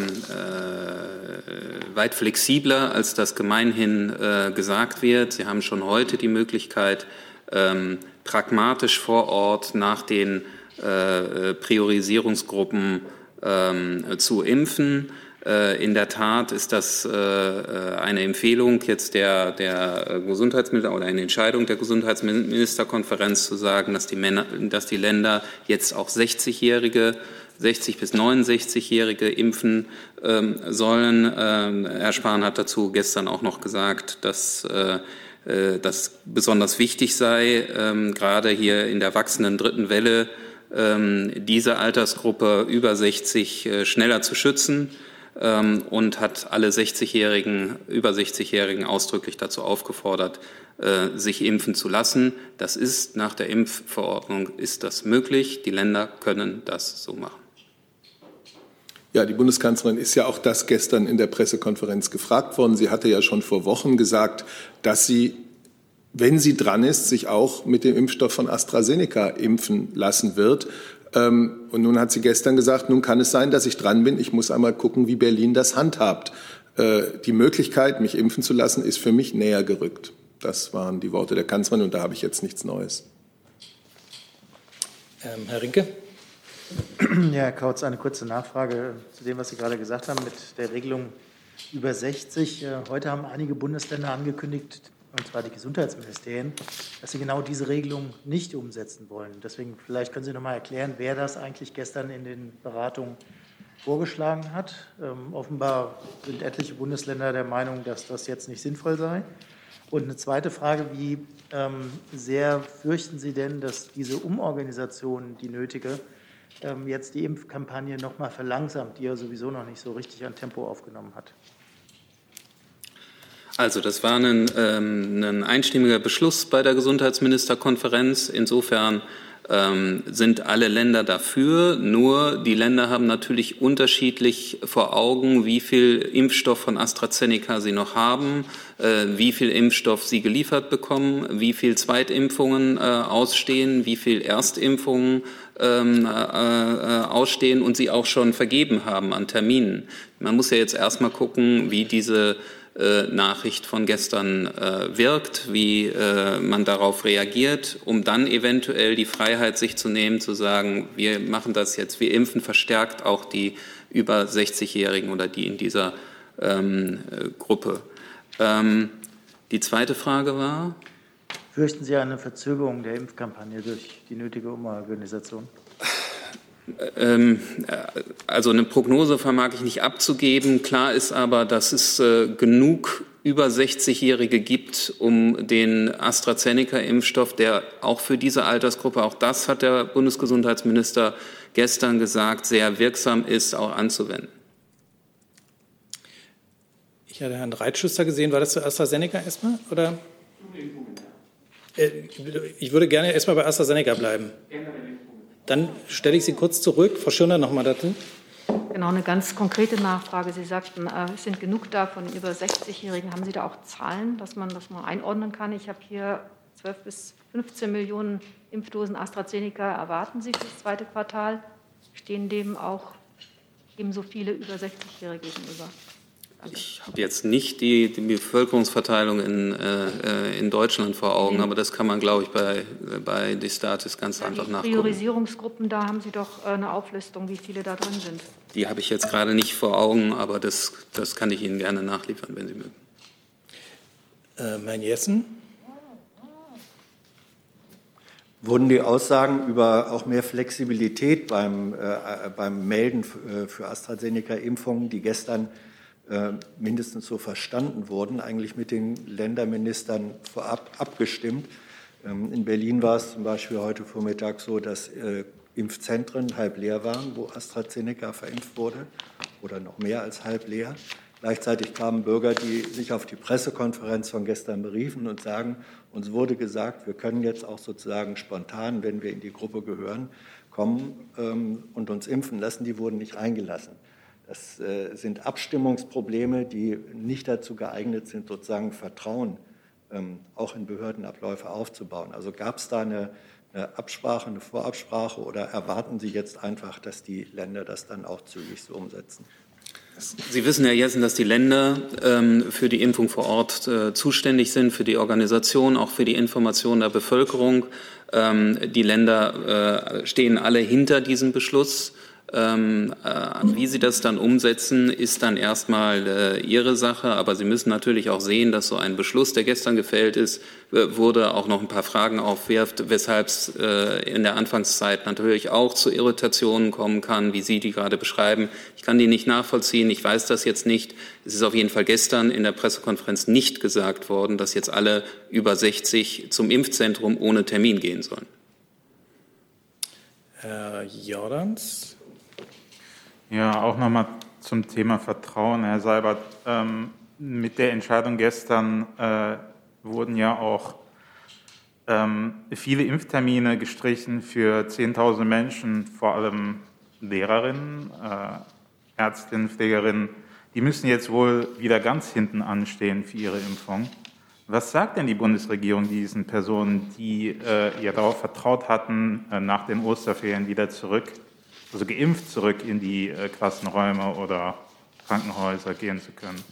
flexibler, als das gemeinhin gesagt wird. Sie haben schon heute die Möglichkeit, pragmatisch vor Ort nach den Priorisierungsgruppen zu impfen. In der Tat ist das eine Empfehlung jetzt der Gesundheitsminister oder eine Entscheidung der Gesundheitsministerkonferenz zu sagen, dass die Länder jetzt auch 60 bis 69-Jährige impfen sollen. Herr Spahn hat dazu gestern auch noch gesagt, dass das besonders wichtig sei, gerade hier in der wachsenden dritten Welle diese Altersgruppe über 60 schneller zu schützen. Und hat alle über 60-Jährigen ausdrücklich dazu aufgefordert, sich impfen zu lassen. Das ist nach der Impfverordnung ist das möglich. Die Länder können das so machen. Ja, die Bundeskanzlerin ist ja auch das gestern in der Pressekonferenz gefragt worden. Sie hatte ja schon vor Wochen gesagt, dass sie, wenn sie dran ist, sich auch mit dem Impfstoff von AstraZeneca impfen lassen wird. Und nun hat sie gestern gesagt, nun kann es sein, dass ich dran bin. Ich muss einmal gucken, wie Berlin das handhabt. Die Möglichkeit, mich impfen zu lassen, ist für mich näher gerückt. Das waren die Worte der Kanzlerin und da habe ich jetzt nichts Neues. Herr Rinke. Ja, Herr Kautz, eine kurze Nachfrage zu dem, was Sie gerade gesagt haben mit der Regelung über 60. Heute haben einige Bundesländer angekündigt, und zwar die Gesundheitsministerien, dass sie genau diese Regelung nicht umsetzen wollen. Deswegen vielleicht können Sie noch mal erklären, wer das eigentlich gestern in den Beratungen vorgeschlagen hat. Offenbar sind etliche Bundesländer der Meinung, dass das jetzt nicht sinnvoll sei. Und eine zweite Frage, wie sehr fürchten Sie denn, dass diese Umorganisation, die nötige, jetzt die Impfkampagne noch mal verlangsamt, die ja sowieso noch nicht so richtig an Tempo aufgenommen hat? Also das war ein einstimmiger Beschluss bei der Gesundheitsministerkonferenz. Insofern sind alle Länder dafür. Nur die Länder haben natürlich unterschiedlich vor Augen, wie viel Impfstoff von AstraZeneca sie noch haben, wie viel Impfstoff sie geliefert bekommen, wie viel Zweitimpfungen ausstehen, wie viel Erstimpfungen ausstehen und sie auch schon vergeben haben an Terminen. Man muss ja jetzt erstmal gucken, wie diese Nachricht von gestern wirkt, wie man darauf reagiert, um dann eventuell die Freiheit sich zu nehmen, zu sagen, wir machen das jetzt, wir impfen verstärkt auch die über 60-Jährigen oder die in dieser Gruppe. Die zweite Frage war? Fürchten Sie eine Verzögerung der Impfkampagne durch die nötige Umorganisation? Also eine Prognose vermag ich nicht abzugeben. Klar ist aber, dass es genug über 60-Jährige gibt, um den AstraZeneca-Impfstoff, der auch für diese Altersgruppe, auch das hat der Bundesgesundheitsminister gestern gesagt, sehr wirksam ist, auch anzuwenden. Ich hatte Herrn Reitschuster gesehen. War das zu AstraZeneca erstmal? Oder? Ich würde gerne erstmal bei AstraZeneca bleiben. Dann stelle ich Sie kurz zurück. Frau Schirner noch mal dazu. Genau, eine ganz konkrete Nachfrage. Sie sagten, es sind genug da von über 60-Jährigen. Haben Sie da auch Zahlen, dass man das mal einordnen kann? Ich habe hier 12 bis 15 Millionen Impfdosen AstraZeneca erwarten Sie für das zweite Quartal. Stehen dem auch ebenso viele über 60-Jährige gegenüber? Ich habe jetzt nicht die Bevölkerungsverteilung in Deutschland vor Augen, aber das kann man, glaube ich, bei Distatis ganz einfach nachgucken. Priorisierungsgruppen, da haben Sie doch eine Auflistung, wie viele da drin sind. Die habe ich jetzt gerade nicht vor Augen, aber das kann ich Ihnen gerne nachliefern, wenn Sie mögen. Herr Jessen? Wurden die Aussagen über auch mehr Flexibilität beim Melden für AstraZeneca-Impfungen, die gestern mindestens so verstanden wurden, eigentlich mit den Länderministern vorab abgestimmt? In Berlin war es zum Beispiel heute Vormittag so, dass Impfzentren halb leer waren, wo AstraZeneca verimpft wurde, oder noch mehr als halb leer. Gleichzeitig kamen Bürger, die sich auf die Pressekonferenz von gestern beriefen und sagen, uns wurde gesagt, wir können jetzt auch sozusagen spontan, wenn wir in die Gruppe gehören, kommen und uns impfen lassen. Die wurden nicht eingelassen. Das sind Abstimmungsprobleme, die nicht dazu geeignet sind, sozusagen Vertrauen auch in Behördenabläufe aufzubauen. Also gab es da eine Absprache, eine Vorabsprache, oder erwarten Sie jetzt einfach, dass die Länder das dann auch zügig so umsetzen? Sie wissen, Herr Jessen, dass die Länder für die Impfung vor Ort zuständig sind, für die Organisation, auch für die Information der Bevölkerung. Die Länder stehen alle hinter diesem Beschluss. Wie Sie das dann umsetzen, ist dann erstmal Ihre Sache. Aber Sie müssen natürlich auch sehen, dass so ein Beschluss, der gestern gefällt ist, wurde, auch noch ein paar Fragen aufwirft, weshalb es in der Anfangszeit natürlich auch zu Irritationen kommen kann, wie Sie die gerade beschreiben. Ich kann die nicht nachvollziehen. Ich weiß das jetzt nicht. Es ist auf jeden Fall gestern in der Pressekonferenz nicht gesagt worden, dass jetzt alle über 60 zum Impfzentrum ohne Termin gehen sollen. Herr Jordans. Ja, auch nochmal zum Thema Vertrauen, Herr Seibert. Mit der Entscheidung gestern wurden ja auch viele Impftermine gestrichen für 10.000 Menschen, vor allem Lehrerinnen, Ärztinnen, Pflegerinnen. Die müssen jetzt wohl wieder ganz hinten anstehen für ihre Impfung. Was sagt denn die Bundesregierung diesen Personen, die ja darauf vertraut hatten, nach den Osterferien wieder geimpft zurück in die Klassenräume oder Krankenhäuser gehen zu können?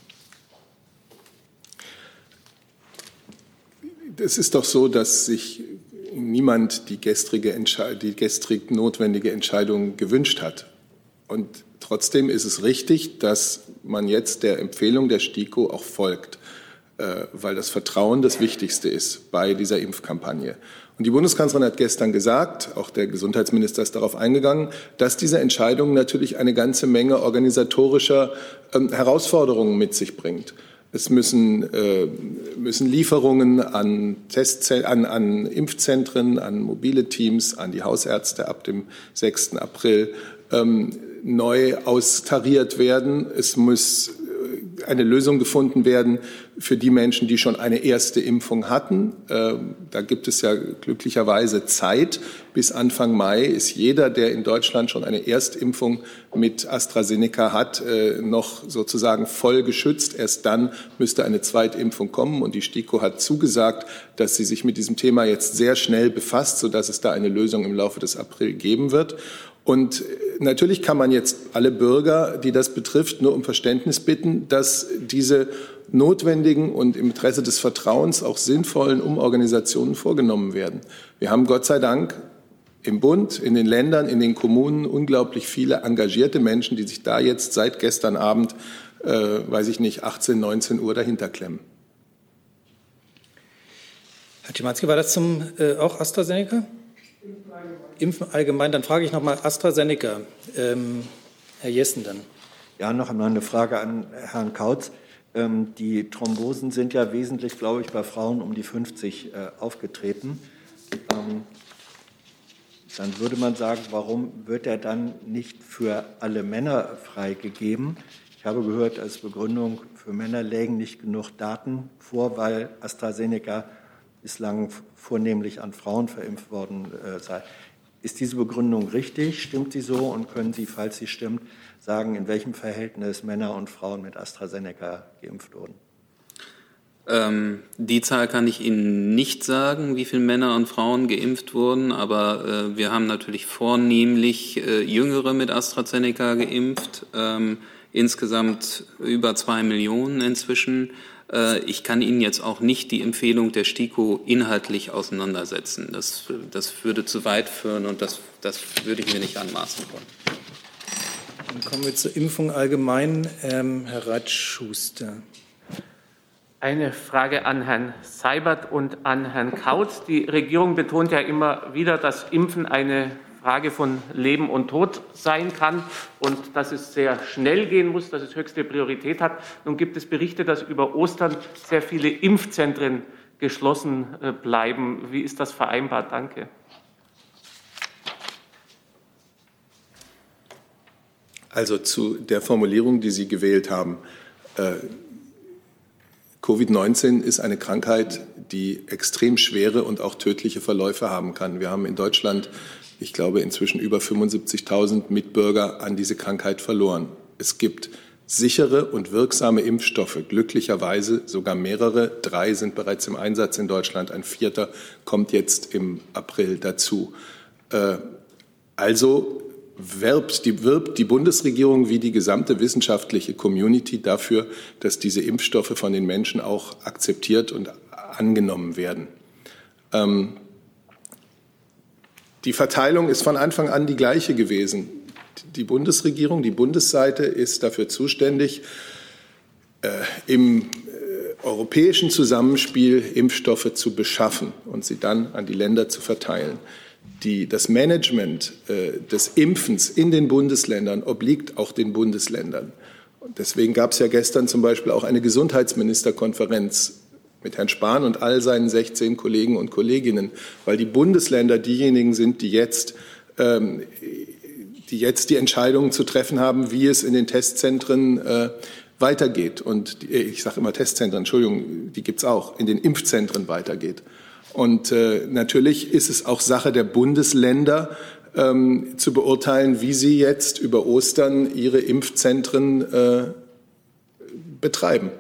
Es ist doch so, dass sich niemand die gestrig notwendige Entscheidung gewünscht hat. Und trotzdem ist es richtig, dass man jetzt der Empfehlung der STIKO auch folgt, weil das Vertrauen das Wichtigste ist bei dieser Impfkampagne. Und die Bundeskanzlerin hat gestern gesagt, auch der Gesundheitsminister ist darauf eingegangen, dass diese Entscheidung natürlich eine ganze Menge organisatorischer Herausforderungen mit sich bringt. Es müssen Lieferungen an Impfzentren, an mobile Teams, an die Hausärzte ab dem 6. April neu austariert werden. Es muss eine Lösung gefunden werden für die Menschen, die schon eine erste Impfung hatten. Da gibt es ja glücklicherweise Zeit. Bis Anfang Mai ist jeder, der in Deutschland schon eine Erstimpfung mit AstraZeneca hat, noch sozusagen voll geschützt. Erst dann müsste eine Zweitimpfung kommen. Und die STIKO hat zugesagt, dass sie sich mit diesem Thema jetzt sehr schnell befasst, sodass es da eine Lösung im Laufe des April geben wird. Und natürlich kann man jetzt alle Bürger, die das betrifft, nur um Verständnis bitten, dass diese notwendigen und im Interesse des Vertrauens auch sinnvollen Umorganisationen vorgenommen werden. Wir haben Gott sei Dank im Bund, in den Ländern, in den Kommunen unglaublich viele engagierte Menschen, die sich da jetzt seit gestern Abend, 18, 19 Uhr dahinter klemmen. Herr Szymanski, war das auch AstraZeneca? Impfen allgemein. Dann frage ich noch mal AstraZeneca. Herr Jessen dann. Ja, noch einmal eine Frage an Herrn Kautz. Die Thrombosen sind ja wesentlich, glaube ich, bei Frauen um die 50 aufgetreten. Dann würde man sagen, warum wird er dann nicht für alle Männer freigegeben? Ich habe gehört, als Begründung, für Männer lägen nicht genug Daten vor, weil AstraZeneca bislang vornehmlich an Frauen verimpft worden sei. Ist diese Begründung richtig? Stimmt sie so? Und können Sie, falls sie stimmt, sagen, in welchem Verhältnis Männer und Frauen mit AstraZeneca geimpft wurden? Die Zahl kann ich Ihnen nicht sagen, wie viele Männer und Frauen geimpft wurden, aber wir haben natürlich vornehmlich Jüngere mit AstraZeneca geimpft, insgesamt über 2 Millionen inzwischen. Ich kann Ihnen jetzt auch nicht die Empfehlung der STIKO inhaltlich auseinandersetzen. Das würde zu weit führen und das würde ich mir nicht anmaßen wollen. Dann kommen wir zur Impfung allgemein. Herr Reitschuster. Eine Frage an Herrn Seibert und an Herrn Kautz. Die Regierung betont ja immer wieder, dass Impfen eine Frage von Leben und Tod sein kann und dass es sehr schnell gehen muss, dass es höchste Priorität hat. Nun gibt es Berichte, dass über Ostern sehr viele Impfzentren geschlossen bleiben. Wie ist das vereinbart? Danke. Also zu der Formulierung, die Sie gewählt haben. Covid-19 ist eine Krankheit, die extrem schwere und auch tödliche Verläufe haben kann. Wir haben in Deutschland, ich glaube, inzwischen über 75.000 Mitbürger an diese Krankheit verloren. Es gibt sichere und wirksame Impfstoffe, glücklicherweise sogar mehrere. 3 sind bereits im Einsatz in Deutschland, ein 4. kommt jetzt im April dazu. Also wirbt die Bundesregierung wie die gesamte wissenschaftliche Community dafür, dass diese Impfstoffe von den Menschen auch akzeptiert und angenommen werden. Die Verteilung ist von Anfang an die gleiche gewesen. Die Bundesregierung, die Bundesseite ist dafür zuständig, im europäischen Zusammenspiel Impfstoffe zu beschaffen und sie dann an die Länder zu verteilen. Das Management des Impfens in den Bundesländern obliegt auch den Bundesländern. Und deswegen gab es ja gestern zum Beispiel auch eine Gesundheitsministerkonferenz mit Herrn Spahn und all seinen 16 Kollegen und Kolleginnen, weil die Bundesländer diejenigen sind, die jetzt die Entscheidungen zu treffen haben, wie es in den Testzentren weitergeht. Und ich sage immer Testzentren, Entschuldigung, die gibt es auch, in den Impfzentren weitergeht. Und natürlich ist es auch Sache der Bundesländer, zu beurteilen, wie sie jetzt über Ostern ihre Impfzentren betreiben.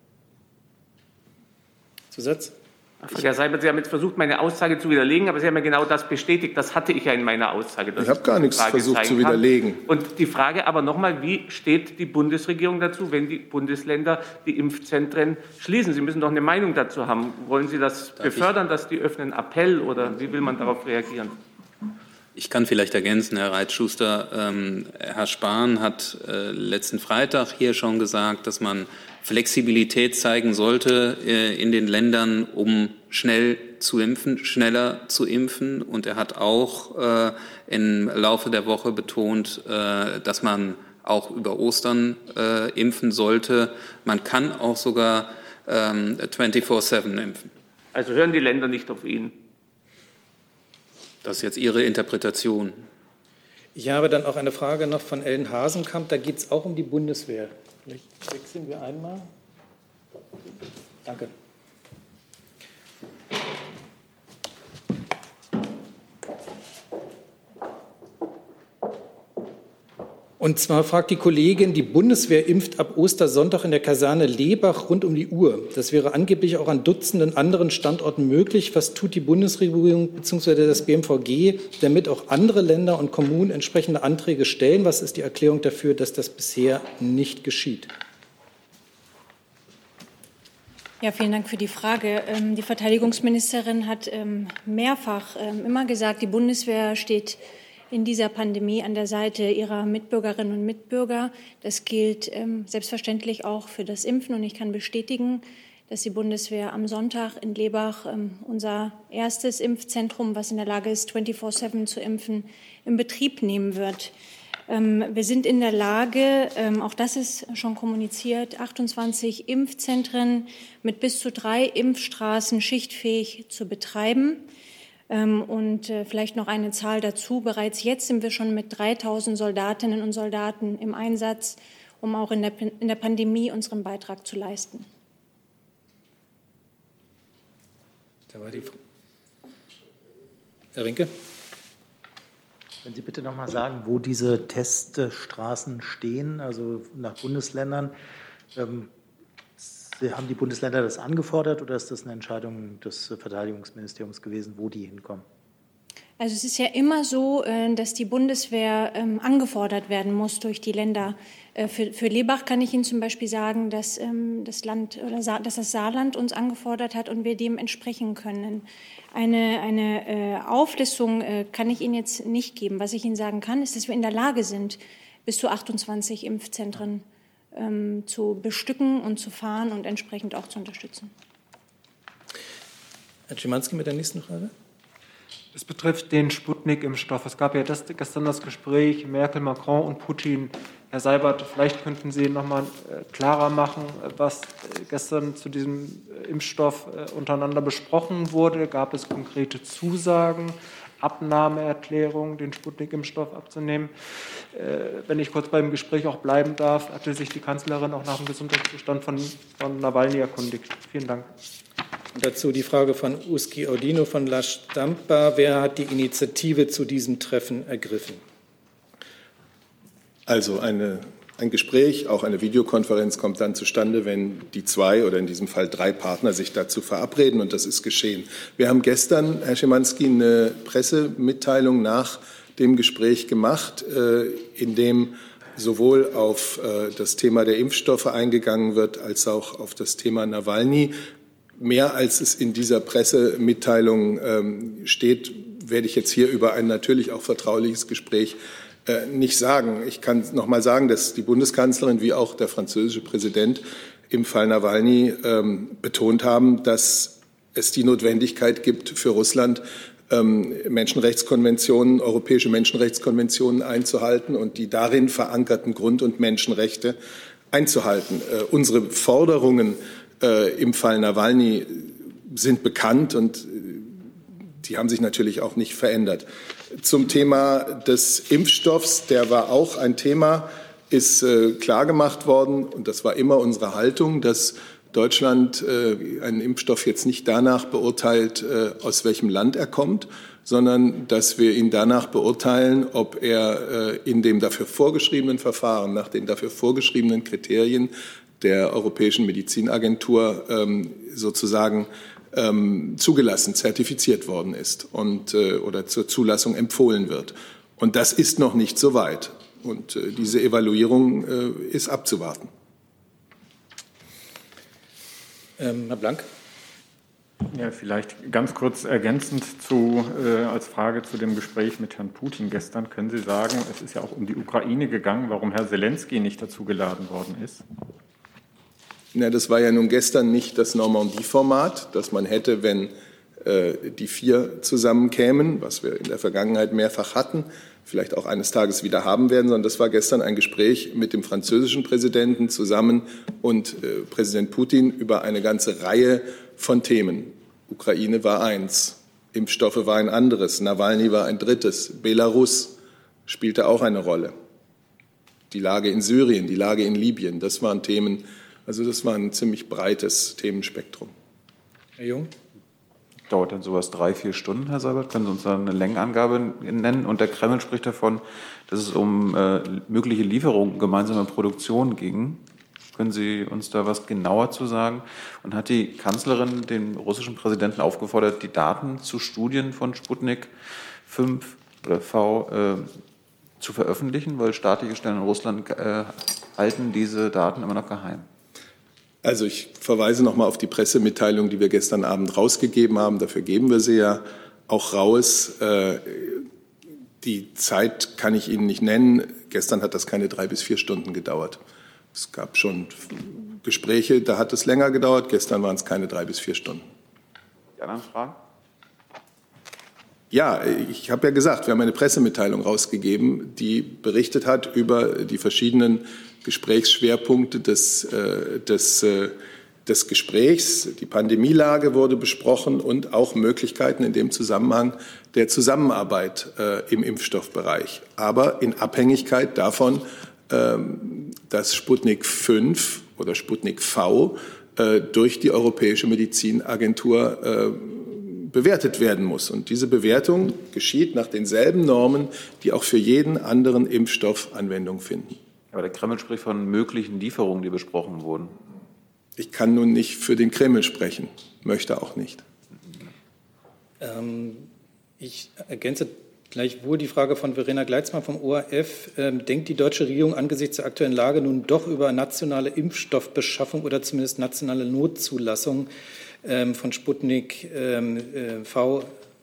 Zusatz? Herr Seibert, Sie haben jetzt versucht, meine Aussage zu widerlegen, aber Sie haben ja genau das bestätigt. Das hatte ich ja in meiner Aussage. Ich habe gar nichts versucht zu widerlegen. Und die Frage aber nochmal, wie steht die Bundesregierung dazu, wenn die Bundesländer die Impfzentren schließen? Sie müssen doch eine Meinung dazu haben. Wollen Sie das befördern, dass die öffnen? Appell oder wie will man darauf reagieren? Ich kann vielleicht ergänzen, Herr Reitschuster. Herr Spahn hat letzten Freitag hier schon gesagt, dass man Flexibilität zeigen sollte in den Ländern, um schnell zu impfen, schneller zu impfen. Und er hat auch im Laufe der Woche betont, dass man auch über Ostern impfen sollte. Man kann auch sogar 24/7 impfen. Also hören die Länder nicht auf ihn? Das ist jetzt Ihre Interpretation. Ich habe dann auch eine Frage noch von Ellen Hasenkamp. Da geht es auch um die Bundeswehr. Vielleicht wechseln wir einmal. Danke. Und zwar fragt die Kollegin, die Bundeswehr impft ab Ostersonntag in der Kaserne Lebach rund um die Uhr. Das wäre angeblich auch an Dutzenden anderen Standorten möglich. Was tut die Bundesregierung bzw. das BMVG, damit auch andere Länder und Kommunen entsprechende Anträge stellen? Was ist die Erklärung dafür, dass das bisher nicht geschieht? Ja, vielen Dank für die Frage. Die Verteidigungsministerin hat mehrfach immer gesagt, die Bundeswehr steht in dieser Pandemie an der Seite ihrer Mitbürgerinnen und Mitbürger. Das gilt selbstverständlich auch für das Impfen. Und ich kann bestätigen, dass die Bundeswehr am Sonntag in Lebach unser erstes Impfzentrum, was in der Lage ist, 24/7 zu impfen, in Betrieb nehmen wird. Wir sind in der Lage, auch das ist schon kommuniziert, 28 Impfzentren mit bis zu 3 Impfstraßen schichtfähig zu betreiben. Und vielleicht noch eine Zahl dazu. Bereits jetzt sind wir schon mit 3.000 Soldatinnen und Soldaten im Einsatz, um auch in der Pandemie unseren Beitrag zu leisten. Da war die Herr Rinke. Wenn Sie bitte noch mal sagen, wo diese Teststraßen stehen, also nach Bundesländern. Haben die Bundesländer das angefordert oder ist das eine Entscheidung des Verteidigungsministeriums gewesen, wo die hinkommen? Also es ist ja immer so, dass die Bundeswehr angefordert werden muss durch die Länder. Für Lebach kann ich Ihnen zum Beispiel sagen, dass das Saarland uns angefordert hat und wir dem entsprechen können. Eine Auflistung kann ich Ihnen jetzt nicht geben. Was ich Ihnen sagen kann, ist, dass wir in der Lage sind, bis zu 28 Impfzentren zu bestücken und zu fahren und entsprechend auch zu unterstützen. Herr Schimanski mit der nächsten Frage. Es betrifft den Sputnik-Impfstoff. Es gab ja gestern das Gespräch Merkel, Macron und Putin. Herr Seibert, vielleicht könnten Sie noch mal klarer machen, was gestern zu diesem Impfstoff untereinander besprochen wurde. Gab es konkrete Zusagen, Abnahmeerklärung, den Sputnik-Impfstoff abzunehmen? Wenn ich kurz beim Gespräch auch bleiben darf, hatte sich die Kanzlerin auch nach dem Gesundheitszustand von Nawalny erkundigt. Vielen Dank. Und dazu die Frage von Uski Audino von La Stampa. Wer hat die Initiative zu diesem Treffen ergriffen? Also ein Gespräch, auch eine Videokonferenz kommt dann zustande, wenn die 2 oder in diesem Fall 3 Partner sich dazu verabreden, und das ist geschehen. Wir haben gestern, Herr Schimanski, eine Pressemitteilung nach dem Gespräch gemacht, in dem sowohl auf das Thema der Impfstoffe eingegangen wird, als auch auf das Thema Nawalny. Mehr als es in dieser Pressemitteilung steht, werde ich jetzt hier über ein natürlich auch vertrauliches Gespräch nicht sagen. Ich kann noch mal sagen, dass die Bundeskanzlerin wie auch der französische Präsident im Fall Nawalny betont haben, dass es die Notwendigkeit gibt, für Russland Menschenrechtskonventionen, europäische Menschenrechtskonventionen einzuhalten und die darin verankerten Grund- und Menschenrechte einzuhalten. Unsere Forderungen im Fall Nawalny sind bekannt und die haben sich natürlich auch nicht verändert. Zum Thema des Impfstoffs, der war auch ein Thema, ist klargemacht worden, und das war immer unsere Haltung, dass Deutschland einen Impfstoff jetzt nicht danach beurteilt, aus welchem Land er kommt, sondern dass wir ihn danach beurteilen, ob er in dem dafür vorgeschriebenen Verfahren, nach den dafür vorgeschriebenen Kriterien der Europäischen Medizinagentur sozusagen zugelassen, zertifiziert worden ist und oder zur Zulassung empfohlen wird. Und das ist noch nicht so weit. Und diese Evaluierung ist abzuwarten. Herr Blank. Ja, vielleicht ganz kurz ergänzend als Frage zu dem Gespräch mit Herrn Putin gestern. Können Sie sagen, es ist ja auch um die Ukraine gegangen, warum Herr Zelensky nicht dazu geladen worden ist? Na, das war ja nun gestern nicht das Normandie-Format, das man hätte, wenn die 4 zusammenkämen, was wir in der Vergangenheit mehrfach hatten, vielleicht auch eines Tages wieder haben werden, sondern das war gestern ein Gespräch mit dem französischen Präsidenten zusammen und Präsident Putin über eine ganze Reihe von Themen. Ukraine war eins, Impfstoffe war ein anderes, Nawalny war ein drittes, Belarus spielte auch eine Rolle. Die Lage in Syrien, die Lage in Libyen, das waren Themen, also das war ein ziemlich breites Themenspektrum. Herr Jung. dauert denn sowas 3-4 Stunden, Herr Seibert? Können Sie uns da eine Längenangabe nennen? Und der Kreml spricht davon, dass es um mögliche Lieferungen gemeinsamer Produktion ging. Können Sie uns da was genauer zu sagen? Und hat die Kanzlerin den russischen Präsidenten aufgefordert, die Daten zu Studien von Sputnik 5 oder V zu veröffentlichen? Weil staatliche Stellen in Russland halten diese Daten immer noch geheim. Also ich verweise noch mal auf die Pressemitteilung, die wir gestern Abend rausgegeben haben. Dafür geben wir sie ja auch raus. Die Zeit kann ich Ihnen nicht nennen. Gestern hat das keine 3 bis 4 Stunden gedauert. Es gab schon Gespräche, da hat es länger gedauert. Gestern waren es keine 3 bis 4 Stunden. Die anderen Fragen? Ja, ich habe ja gesagt, wir haben eine Pressemitteilung rausgegeben, die berichtet hat über die verschiedenen Gesprächsschwerpunkte des Gesprächs. Die Pandemielage wurde besprochen und auch Möglichkeiten in dem Zusammenhang der Zusammenarbeit im Impfstoffbereich. Aber in Abhängigkeit davon, dass Sputnik 5 oder Sputnik V durch die Europäische Medizinagentur bewertet werden muss. Und diese Bewertung geschieht nach denselben Normen, die auch für jeden anderen Impfstoff Anwendung finden. Aber der Kreml spricht von möglichen Lieferungen, die besprochen wurden. Ich kann nun nicht für den Kreml sprechen, möchte auch nicht. Ich ergänze gleichwohl die Frage von Verena Gleitzmann vom ORF. Denkt die deutsche Regierung angesichts der aktuellen Lage nun doch über nationale Impfstoffbeschaffung oder zumindest nationale Notzulassung von Sputnik V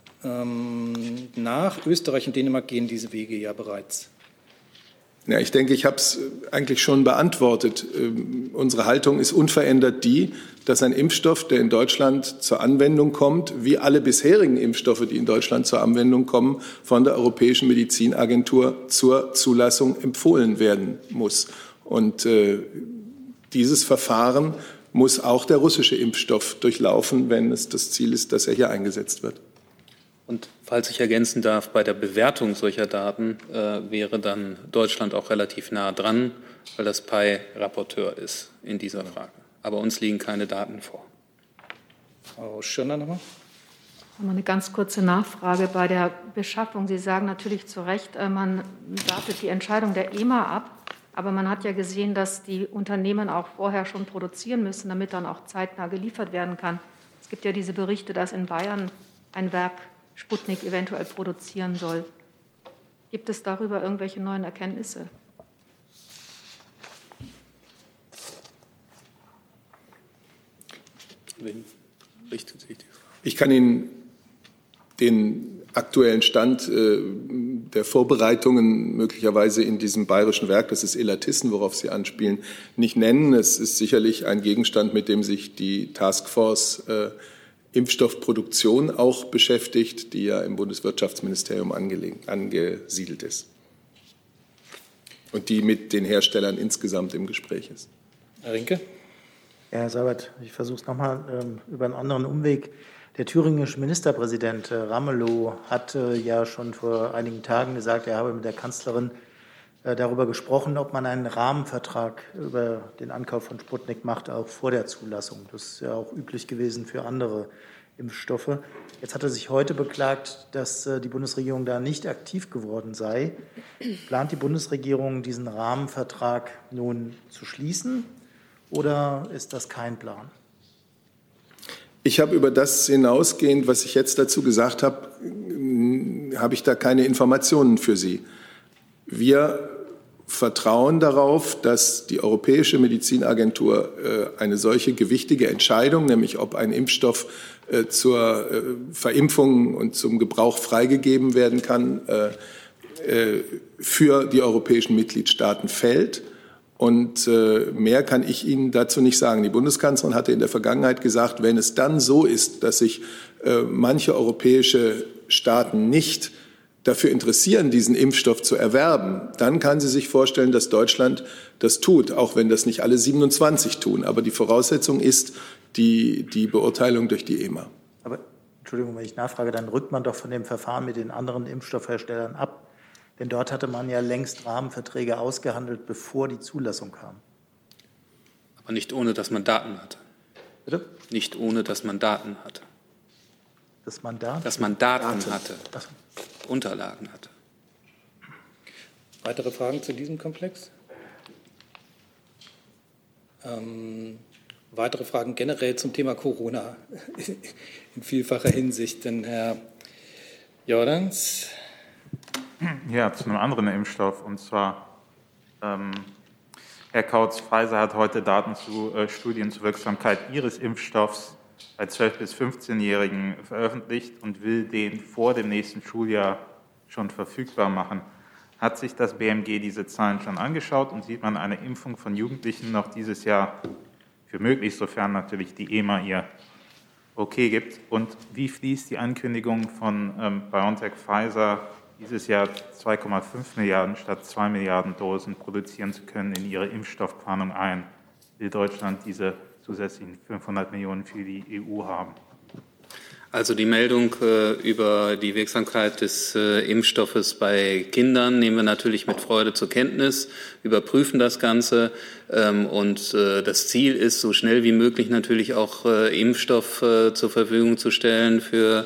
nach? Österreich und Dänemark gehen diese Wege ja bereits. Ja, ich denke, ich habe es eigentlich schon beantwortet. Unsere Haltung ist unverändert die, dass ein Impfstoff, der in Deutschland zur Anwendung kommt, wie alle bisherigen Impfstoffe, die in Deutschland zur Anwendung kommen, von der Europäischen Medizinagentur zur Zulassung empfohlen werden muss. Und dieses Verfahren muss auch der russische Impfstoff durchlaufen, wenn es das Ziel ist, dass er hier eingesetzt wird. Und falls ich ergänzen darf, bei der Bewertung solcher Daten wäre dann Deutschland auch relativ nah dran, weil das PAI Rapporteur ist in dieser Frage. Aber uns liegen keine Daten vor. Frau Schirner nochmal. Eine ganz kurze Nachfrage bei der Beschaffung. Sie sagen natürlich zu Recht, man wartet die Entscheidung der EMA ab. Aber man hat ja gesehen, dass die Unternehmen auch vorher schon produzieren müssen, damit dann auch zeitnah geliefert werden kann. Es gibt ja diese Berichte, dass in Bayern ein Werk Sputnik eventuell produzieren soll. Gibt es darüber irgendwelche neuen Erkenntnisse? Wen richtet sich die Frage? Ich kann Ihnen den aktuellen Stand der Vorbereitungen möglicherweise in diesem bayerischen Werk, das ist Illertissen, worauf Sie anspielen, nicht nennen. Es ist sicherlich ein Gegenstand, mit dem sich die Taskforce Impfstoffproduktion auch beschäftigt, die ja im Bundeswirtschaftsministerium angesiedelt ist und die mit den Herstellern insgesamt im Gespräch ist. Herr Rinke? Ja, Herr Seibert, ich versuche es nochmal über einen anderen Umweg. Der thüringische Ministerpräsident Ramelow hat ja schon vor einigen Tagen gesagt, er habe mit der Kanzlerin darüber gesprochen, ob man einen Rahmenvertrag über den Ankauf von Sputnik macht, auch vor der Zulassung. Das ist ja auch üblich gewesen für andere Impfstoffe. Jetzt hat er sich heute beklagt, dass die Bundesregierung da nicht aktiv geworden sei. Plant die Bundesregierung, diesen Rahmenvertrag nun zu schließen, oder ist das kein Plan? Ich habe über das hinausgehend, was ich jetzt dazu gesagt habe, habe ich da keine Informationen für Sie. Wir vertrauen darauf, dass die Europäische Medizinagentur eine solche gewichtige Entscheidung, nämlich ob ein Impfstoff zur Verimpfung und zum Gebrauch freigegeben werden kann, für die europäischen Mitgliedstaaten fällt. Und mehr kann ich Ihnen dazu nicht sagen. Die Bundeskanzlerin hatte in der Vergangenheit gesagt, wenn es dann so ist, dass sich manche europäische Staaten nicht dafür interessieren, diesen Impfstoff zu erwerben, dann kann sie sich vorstellen, dass Deutschland das tut, auch wenn das nicht alle 27 tun. Aber die Voraussetzung ist die Beurteilung durch die EMA. Aber, Entschuldigung, wenn ich nachfrage, dann rückt man doch von dem Verfahren mit den anderen Impfstoffherstellern ab. Denn dort hatte man ja längst Rahmenverträge ausgehandelt, bevor die Zulassung kam. Aber nicht ohne, dass man Daten hatte. Bitte? Nicht ohne, dass man Daten hatte. Das Mandat? Dass man Daten hatte, Unterlagen hatte. Weitere Fragen zu diesem Komplex? Weitere Fragen generell zum Thema Corona in vielfacher Hinsicht. Denn Herr Jordans. Ja, zu einem anderen Impfstoff. Und zwar, Herr Kautz, Pfizer hat heute Daten zu Studien zur Wirksamkeit ihres Impfstoffs bei 12- bis 15-Jährigen veröffentlicht und will den vor dem nächsten Schuljahr schon verfügbar machen. Hat sich das BMG diese Zahlen schon angeschaut und sieht man eine Impfung von Jugendlichen noch dieses Jahr für möglich, sofern natürlich die EMA ihr Okay gibt? Und wie fließt die Ankündigung von BioNTech Pfizer, dieses Jahr 2,5 Milliarden statt 2 Milliarden Dosen produzieren zu können, in ihre Impfstoffplanung ein? Will Deutschland diese zusätzlichen 500 Millionen für die EU haben? Also die Meldung über die Wirksamkeit des Impfstoffes bei Kindern nehmen wir natürlich mit Freude zur Kenntnis, überprüfen das Ganze und das Ziel ist, so schnell wie möglich natürlich auch Impfstoff zur Verfügung zu stellen für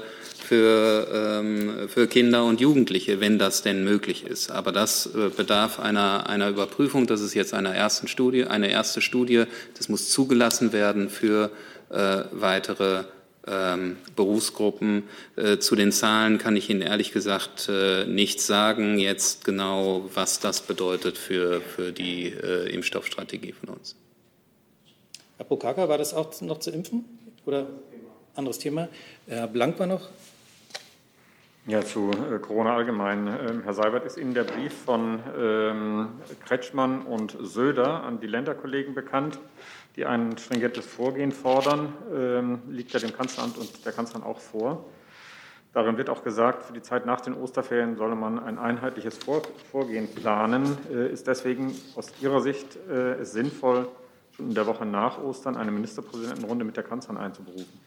Kinder und Jugendliche, wenn das denn möglich ist. Aber das bedarf einer Überprüfung. Das ist jetzt eine erste Studie. Das muss zugelassen werden für weitere Berufsgruppen. Zu den Zahlen kann ich Ihnen ehrlich gesagt nichts sagen, jetzt genau, was das bedeutet für die Impfstoffstrategie von uns. Herr Prokaka, war das auch noch zu impfen? Oder anderes Thema? Herr Blank war noch. Ja, zu Corona allgemein. Herr Seibert, ist Ihnen der Brief von Kretschmann und Söder an die Länderkollegen bekannt, die ein stringentes Vorgehen fordern? Liegt ja dem Kanzleramt und der Kanzlerin auch vor. Darin wird auch gesagt, für die Zeit nach den Osterferien solle man ein einheitliches Vorgehen planen. Ist deswegen aus Ihrer Sicht es sinnvoll, schon in der Woche nach Ostern eine Ministerpräsidentenrunde mit der Kanzlerin einzuberufen?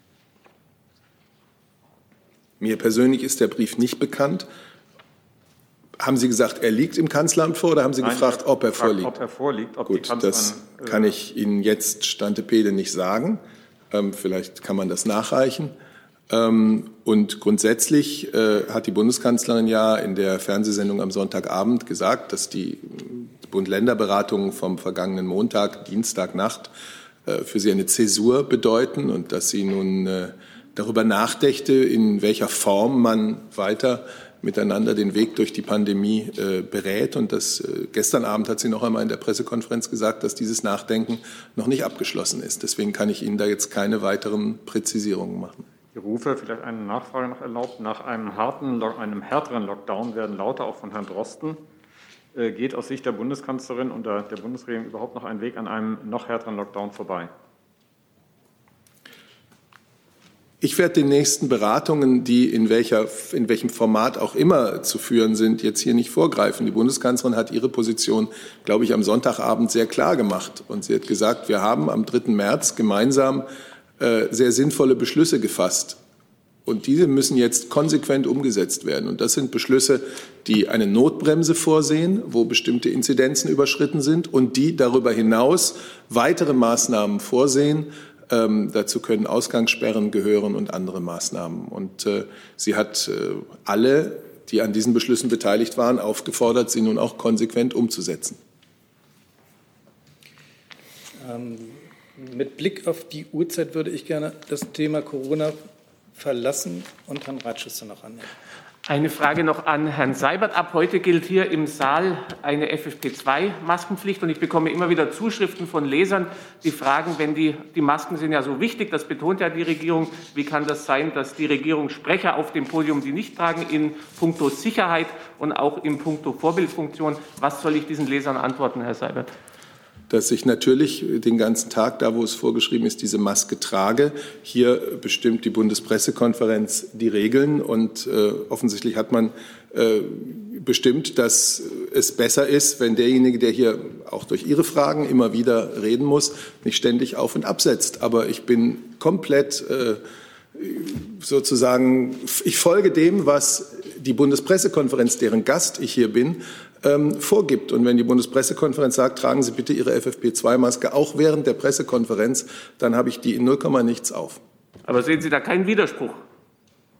Mir persönlich ist der Brief nicht bekannt. Haben Sie gesagt, er liegt im Kanzleramt vor oder haben Sie gefragt, ob er vorliegt? Ob er vorliegt, ob Gut, die Kanzlerin, das kann ich Ihnen jetzt Stante Pede nicht sagen. Vielleicht kann man das nachreichen. Und grundsätzlich hat die Bundeskanzlerin ja in der Fernsehsendung am Sonntagabend gesagt, dass die Bund-Länder-Beratungen vom vergangenen Montag, Dienstagnacht, für sie eine Zäsur bedeuten und dass sie nun darüber nachdächte, in welcher Form man weiter miteinander den Weg durch die Pandemie berät. Und das, gestern Abend hat sie noch einmal in der Pressekonferenz gesagt, dass dieses Nachdenken noch nicht abgeschlossen ist. Deswegen kann ich Ihnen da jetzt keine weiteren Präzisierungen machen. Ich rufe vielleicht eine Nachfrage noch erlaubt. Nach einem härteren Lockdown werden lauter auch von Herrn Drosten. Geht aus Sicht der Bundeskanzlerin und der Bundesregierung überhaupt noch ein Weg an einem noch härteren Lockdown vorbei? Ich werde den nächsten Beratungen, die in welchem Format auch immer zu führen sind, jetzt hier nicht vorgreifen. Die Bundeskanzlerin hat ihre Position, glaube ich, am Sonntagabend sehr klar gemacht. Und sie hat gesagt, wir haben am 3. März gemeinsam sehr sinnvolle Beschlüsse gefasst. Und diese müssen jetzt konsequent umgesetzt werden. Und das sind Beschlüsse, die eine Notbremse vorsehen, wo bestimmte Inzidenzen überschritten sind und die darüber hinaus weitere Maßnahmen vorsehen. Dazu können Ausgangssperren gehören und andere Maßnahmen. Und sie hat alle, die an diesen Beschlüssen beteiligt waren, aufgefordert, sie nun auch konsequent umzusetzen. Mit Blick auf die Uhrzeit würde ich gerne das Thema Corona verlassen und Herrn Ratschüster noch annehmen. Eine Frage noch an Herrn Seibert. Ab heute gilt hier im Saal eine FFP2-Maskenpflicht. Und ich bekomme immer wieder Zuschriften von Lesern, die fragen, wenn die Masken sind ja so wichtig, das betont ja die Regierung, wie kann das sein, dass die Regierungssprecher auf dem Podium sie nicht tragen in puncto Sicherheit und auch in puncto Vorbildfunktion? Was soll ich diesen Lesern antworten, Herr Seibert? Dass ich natürlich den ganzen Tag, da wo es vorgeschrieben ist, diese Maske trage. Hier bestimmt die Bundespressekonferenz die Regeln und offensichtlich hat man bestimmt, dass es besser ist, wenn derjenige, der hier auch durch Ihre Fragen immer wieder reden muss, nicht ständig auf und absetzt. Aber ich bin komplett sozusagen, ich folge dem, was die Bundespressekonferenz, deren Gast ich hier bin, vorgibt. Und wenn die Bundespressekonferenz sagt, tragen Sie bitte Ihre FFP2-Maske auch während der Pressekonferenz, dann habe ich die in 0, nichts auf. Aber sehen Sie da keinen Widerspruch?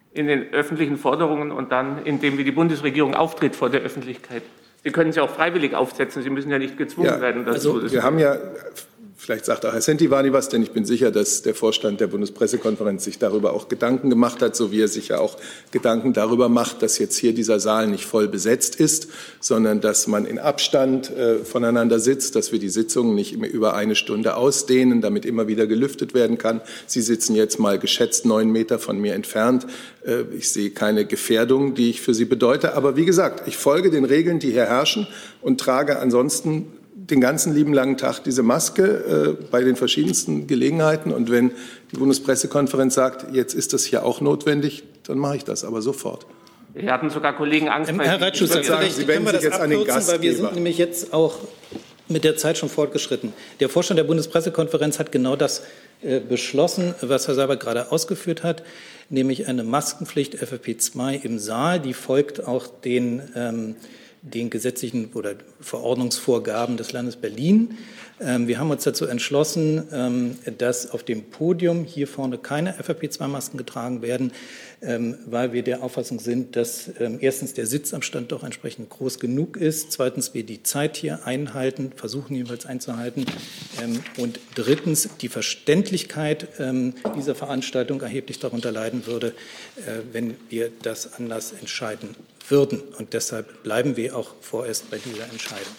in den öffentlichen Forderungen und dann in dem, wie die Bundesregierung auftritt vor der Öffentlichkeit. Sie können sie auch freiwillig aufsetzen. Sie müssen ja nicht gezwungen werden dazu. Also wir haben ja, vielleicht sagt auch Herr Sentivani was, denn ich bin sicher, dass der Vorstand der Bundespressekonferenz sich darüber auch Gedanken gemacht hat, so wie er sich ja auch Gedanken darüber macht, dass jetzt hier dieser Saal nicht voll besetzt ist, sondern dass man in Abstand voneinander sitzt, dass wir die Sitzungen nicht immer über eine Stunde ausdehnen, damit immer wieder gelüftet werden kann. Sie sitzen jetzt mal geschätzt 9 Meter von mir entfernt. Ich sehe keine Gefährdung, die ich für Sie bedeute. Aber wie gesagt, ich folge den Regeln, die hier herrschen und trage ansonsten den ganzen lieben langen Tag diese Maske bei den verschiedensten Gelegenheiten. Und wenn die Bundespressekonferenz sagt, jetzt ist das hier auch notwendig, dann mache ich das aber sofort. Wir hatten sogar Kollegen Angst. Herr Reitschuster, vielleicht können wir das abkürzen, weil wir sind nämlich jetzt auch mit der Zeit schon fortgeschritten. Der Vorstand der Bundespressekonferenz hat genau das beschlossen, was Herr Seibert gerade ausgeführt hat, nämlich eine Maskenpflicht FFP2 im Saal. Die folgt auch den gesetzlichen oder Verordnungsvorgaben des Landes Berlin. Wir haben uns dazu entschlossen, dass auf dem Podium hier vorne keine FFP2-Masken getragen werden, weil wir der Auffassung sind, dass erstens der Sitzabstand doch entsprechend groß genug ist, zweitens wir die Zeit hier einhalten, versuchen jeweils einzuhalten und drittens die Verständlichkeit dieser Veranstaltung erheblich darunter leiden würde, wenn wir das anders entscheiden würden. Und deshalb bleiben wir auch vorerst bei dieser Entscheidung.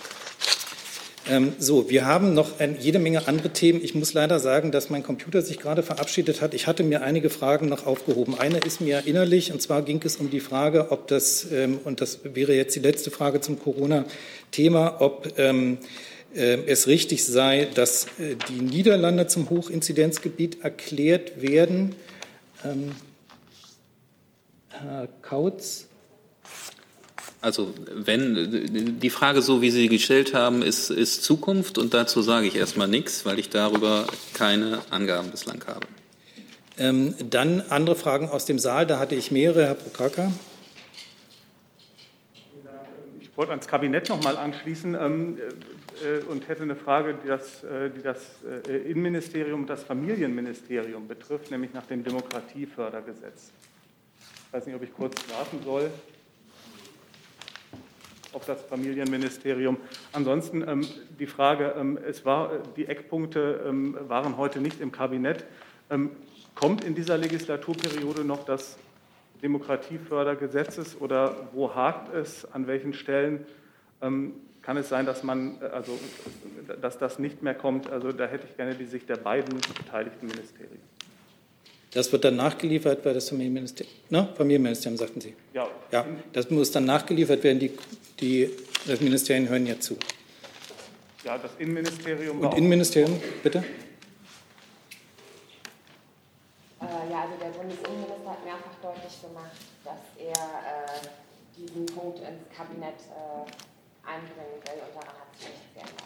Wir haben noch jede Menge andere Themen. Ich muss leider sagen, dass mein Computer sich gerade verabschiedet hat. Ich hatte mir einige Fragen noch aufgehoben. Eine ist mir erinnerlich, und zwar ging es um die Frage, ob das, und das wäre jetzt die letzte Frage zum Corona-Thema, ob es richtig sei, dass die Niederlande zum Hochinzidenzgebiet erklärt werden. Herr Kautz. Also wenn die Frage, so wie Sie gestellt haben, ist Zukunft, und dazu sage ich erstmal nichts, weil ich darüber keine Angaben bislang habe. Dann andere Fragen aus dem Saal, da hatte ich mehrere. Herr Prokaka. Ich wollte ans Kabinett noch mal anschließen und hätte eine Frage, die das Innenministerium und das Familienministerium betrifft, nämlich nach dem Demokratiefördergesetz. Ich weiß nicht, ob ich kurz warten soll auf das Familienministerium. Ansonsten die Frage, die Eckpunkte waren heute nicht im Kabinett. Kommt in dieser Legislaturperiode noch das Demokratiefördergesetzes oder wo hakt es, an welchen Stellen? Kann es sein, dass das nicht mehr kommt? Also da hätte ich gerne die Sicht der beiden beteiligten Ministerien. Das wird dann nachgeliefert, weil das Familienministerium, Familienministerium, sagten Sie. Ja, das muss dann nachgeliefert werden. Das Ministerien hören ja zu. Ja, das Innenministerium. Und Innenministerium, bitte? Also der Bundesinnenminister hat mehrfach deutlich gemacht, dass er diesen Punkt ins Kabinett einbringen will, und daran hat sich nichts geändert.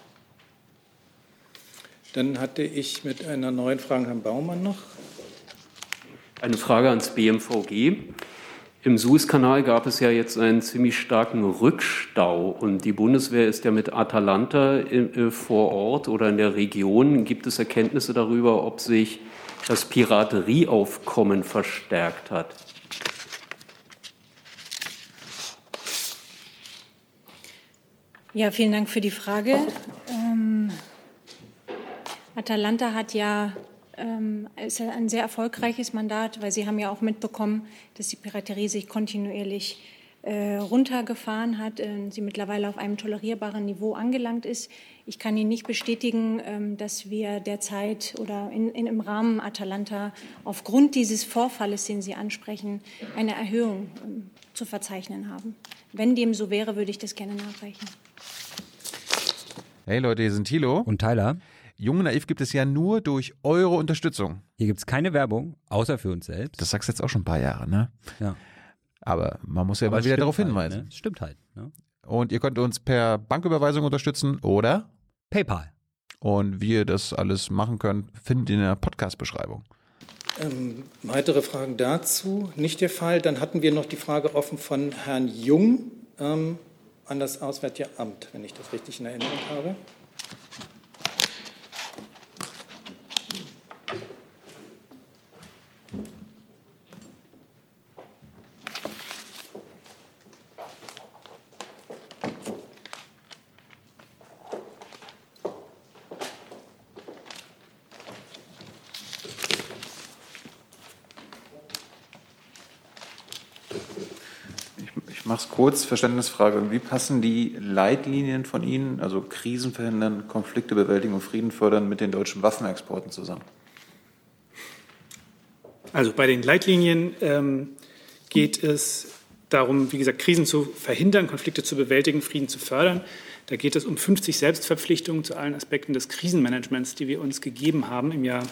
Dann hatte ich mit einer neuen Frage Herrn Baumann noch. Eine Frage ans BMVG. Im Suezkanal gab es ja jetzt einen ziemlich starken Rückstau, und die Bundeswehr ist ja mit Atalanta vor Ort oder in der Region. Gibt es Erkenntnisse darüber, ob sich das Piraterieaufkommen verstärkt hat? Ja, vielen Dank für die Frage. Atalanta hat ist ein sehr erfolgreiches Mandat, weil Sie haben ja auch mitbekommen, dass die Piraterie sich kontinuierlich runtergefahren hat, sie mittlerweile auf einem tolerierbaren Niveau angelangt ist. Ich kann Ihnen nicht bestätigen, dass wir derzeit oder im Rahmen Atalanta aufgrund dieses Vorfalles, den Sie ansprechen, eine Erhöhung zu verzeichnen haben. Wenn dem so wäre, würde ich das gerne nachreichen. Hey Leute, hier sind Thilo und Tyler. Jung und Naiv gibt es ja nur durch eure Unterstützung. Hier gibt es keine Werbung, außer für uns selbst. Das sagst du jetzt auch schon ein paar Jahre, ne? Ja. Aber man muss ja mal wieder darauf hinweisen. Ne? Stimmt halt. Ne? Und ihr könnt uns per Banküberweisung unterstützen oder PayPal. Und wie ihr das alles machen könnt, findet ihr in der Podcast-Beschreibung. Weitere Fragen dazu? Nicht der Fall. Dann hatten wir noch die Frage offen von Herrn Jung an das Auswärtige Amt, wenn ich das richtig in Erinnerung habe. Ich mache es kurz, Verständnisfrage. Wie passen die Leitlinien von Ihnen, also Krisen verhindern, Konflikte bewältigen und Frieden fördern, mit den deutschen Waffenexporten zusammen? Also bei den Leitlinien geht es darum, wie gesagt, Krisen zu verhindern, Konflikte zu bewältigen, Frieden zu fördern. Da geht es um 50 Selbstverpflichtungen zu allen Aspekten des Krisenmanagements, die wir uns gegeben haben im Jahr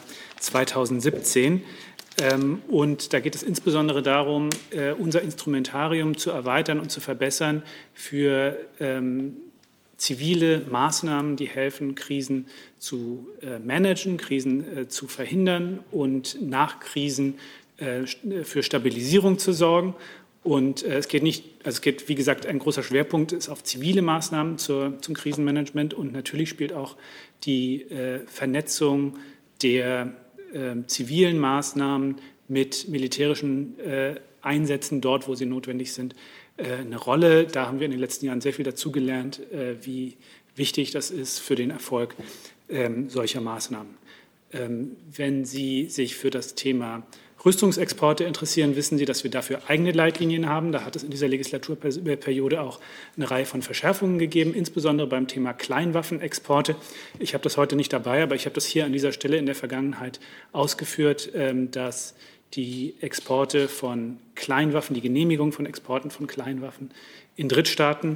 2017. Und da geht es insbesondere darum, unser Instrumentarium zu erweitern und zu verbessern für zivile Maßnahmen, die helfen, Krisen zu managen, Krisen zu verhindern und nach Krisen für Stabilisierung zu sorgen. Und es geht, wie gesagt, ein großer Schwerpunkt ist auf zivile Maßnahmen zum Krisenmanagement. Und natürlich spielt auch die Vernetzung der zivilen Maßnahmen mit militärischen Einsätzen dort, wo sie notwendig sind, eine Rolle. Da haben wir in den letzten Jahren sehr viel dazugelernt, wie wichtig das ist für den Erfolg solcher Maßnahmen. Wenn Sie sich für das Thema Rüstungsexporte interessieren, wissen Sie, dass wir dafür eigene Leitlinien haben. Da hat es in dieser Legislaturperiode auch eine Reihe von Verschärfungen gegeben, insbesondere beim Thema Kleinwaffenexporte. Ich habe das heute nicht dabei, aber ich habe das hier an dieser Stelle in der Vergangenheit ausgeführt, dass die Exporte von Kleinwaffen, die Genehmigung von Exporten von Kleinwaffen in Drittstaaten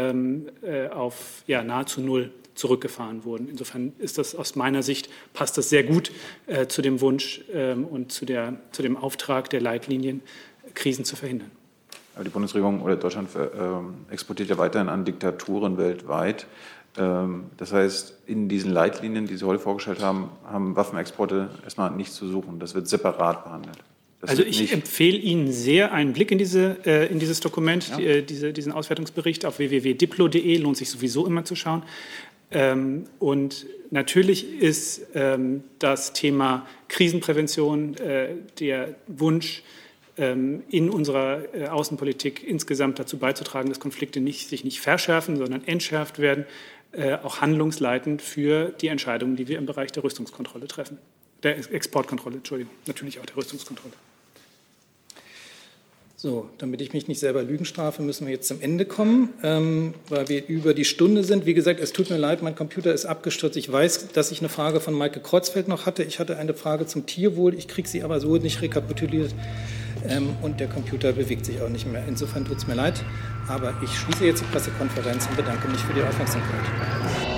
auf nahezu null zurückgefahren wurden. Insofern ist das aus meiner Sicht, passt das sehr gut zu dem Wunsch und zu dem Auftrag der Leitlinien, Krisen zu verhindern. Aber die Bundesregierung oder Deutschland exportiert ja weiterhin an Diktaturen weltweit. Das heißt, in diesen Leitlinien, die Sie heute vorgestellt haben, haben Waffenexporte erstmal nichts zu suchen. Das wird separat behandelt. Also ich empfehle Ihnen sehr einen Blick in dieses Dokument, diesen Auswertungsbericht auf www.diplo.de, lohnt sich sowieso immer zu schauen. Und natürlich ist das Thema Krisenprävention der Wunsch, in unserer Außenpolitik insgesamt dazu beizutragen, dass Konflikte sich nicht verschärfen, sondern entschärft werden, auch handlungsleitend für die Entscheidungen, die wir im Bereich der Rüstungskontrolle treffen. Der Exportkontrolle, Entschuldigung, natürlich auch der Rüstungskontrolle. So, damit ich mich nicht selber Lügen strafe, müssen wir jetzt zum Ende kommen, weil wir über die Stunde sind. Wie gesagt, es tut mir leid, mein Computer ist abgestürzt. Ich weiß, dass ich eine Frage von Maike Kreuzfeld noch hatte. Ich hatte eine Frage zum Tierwohl. Ich kriege sie aber so nicht rekapituliert. Und der Computer bewegt sich auch nicht mehr. Insofern tut es mir leid. Aber ich schließe jetzt die Pressekonferenz und bedanke mich für die Aufmerksamkeit.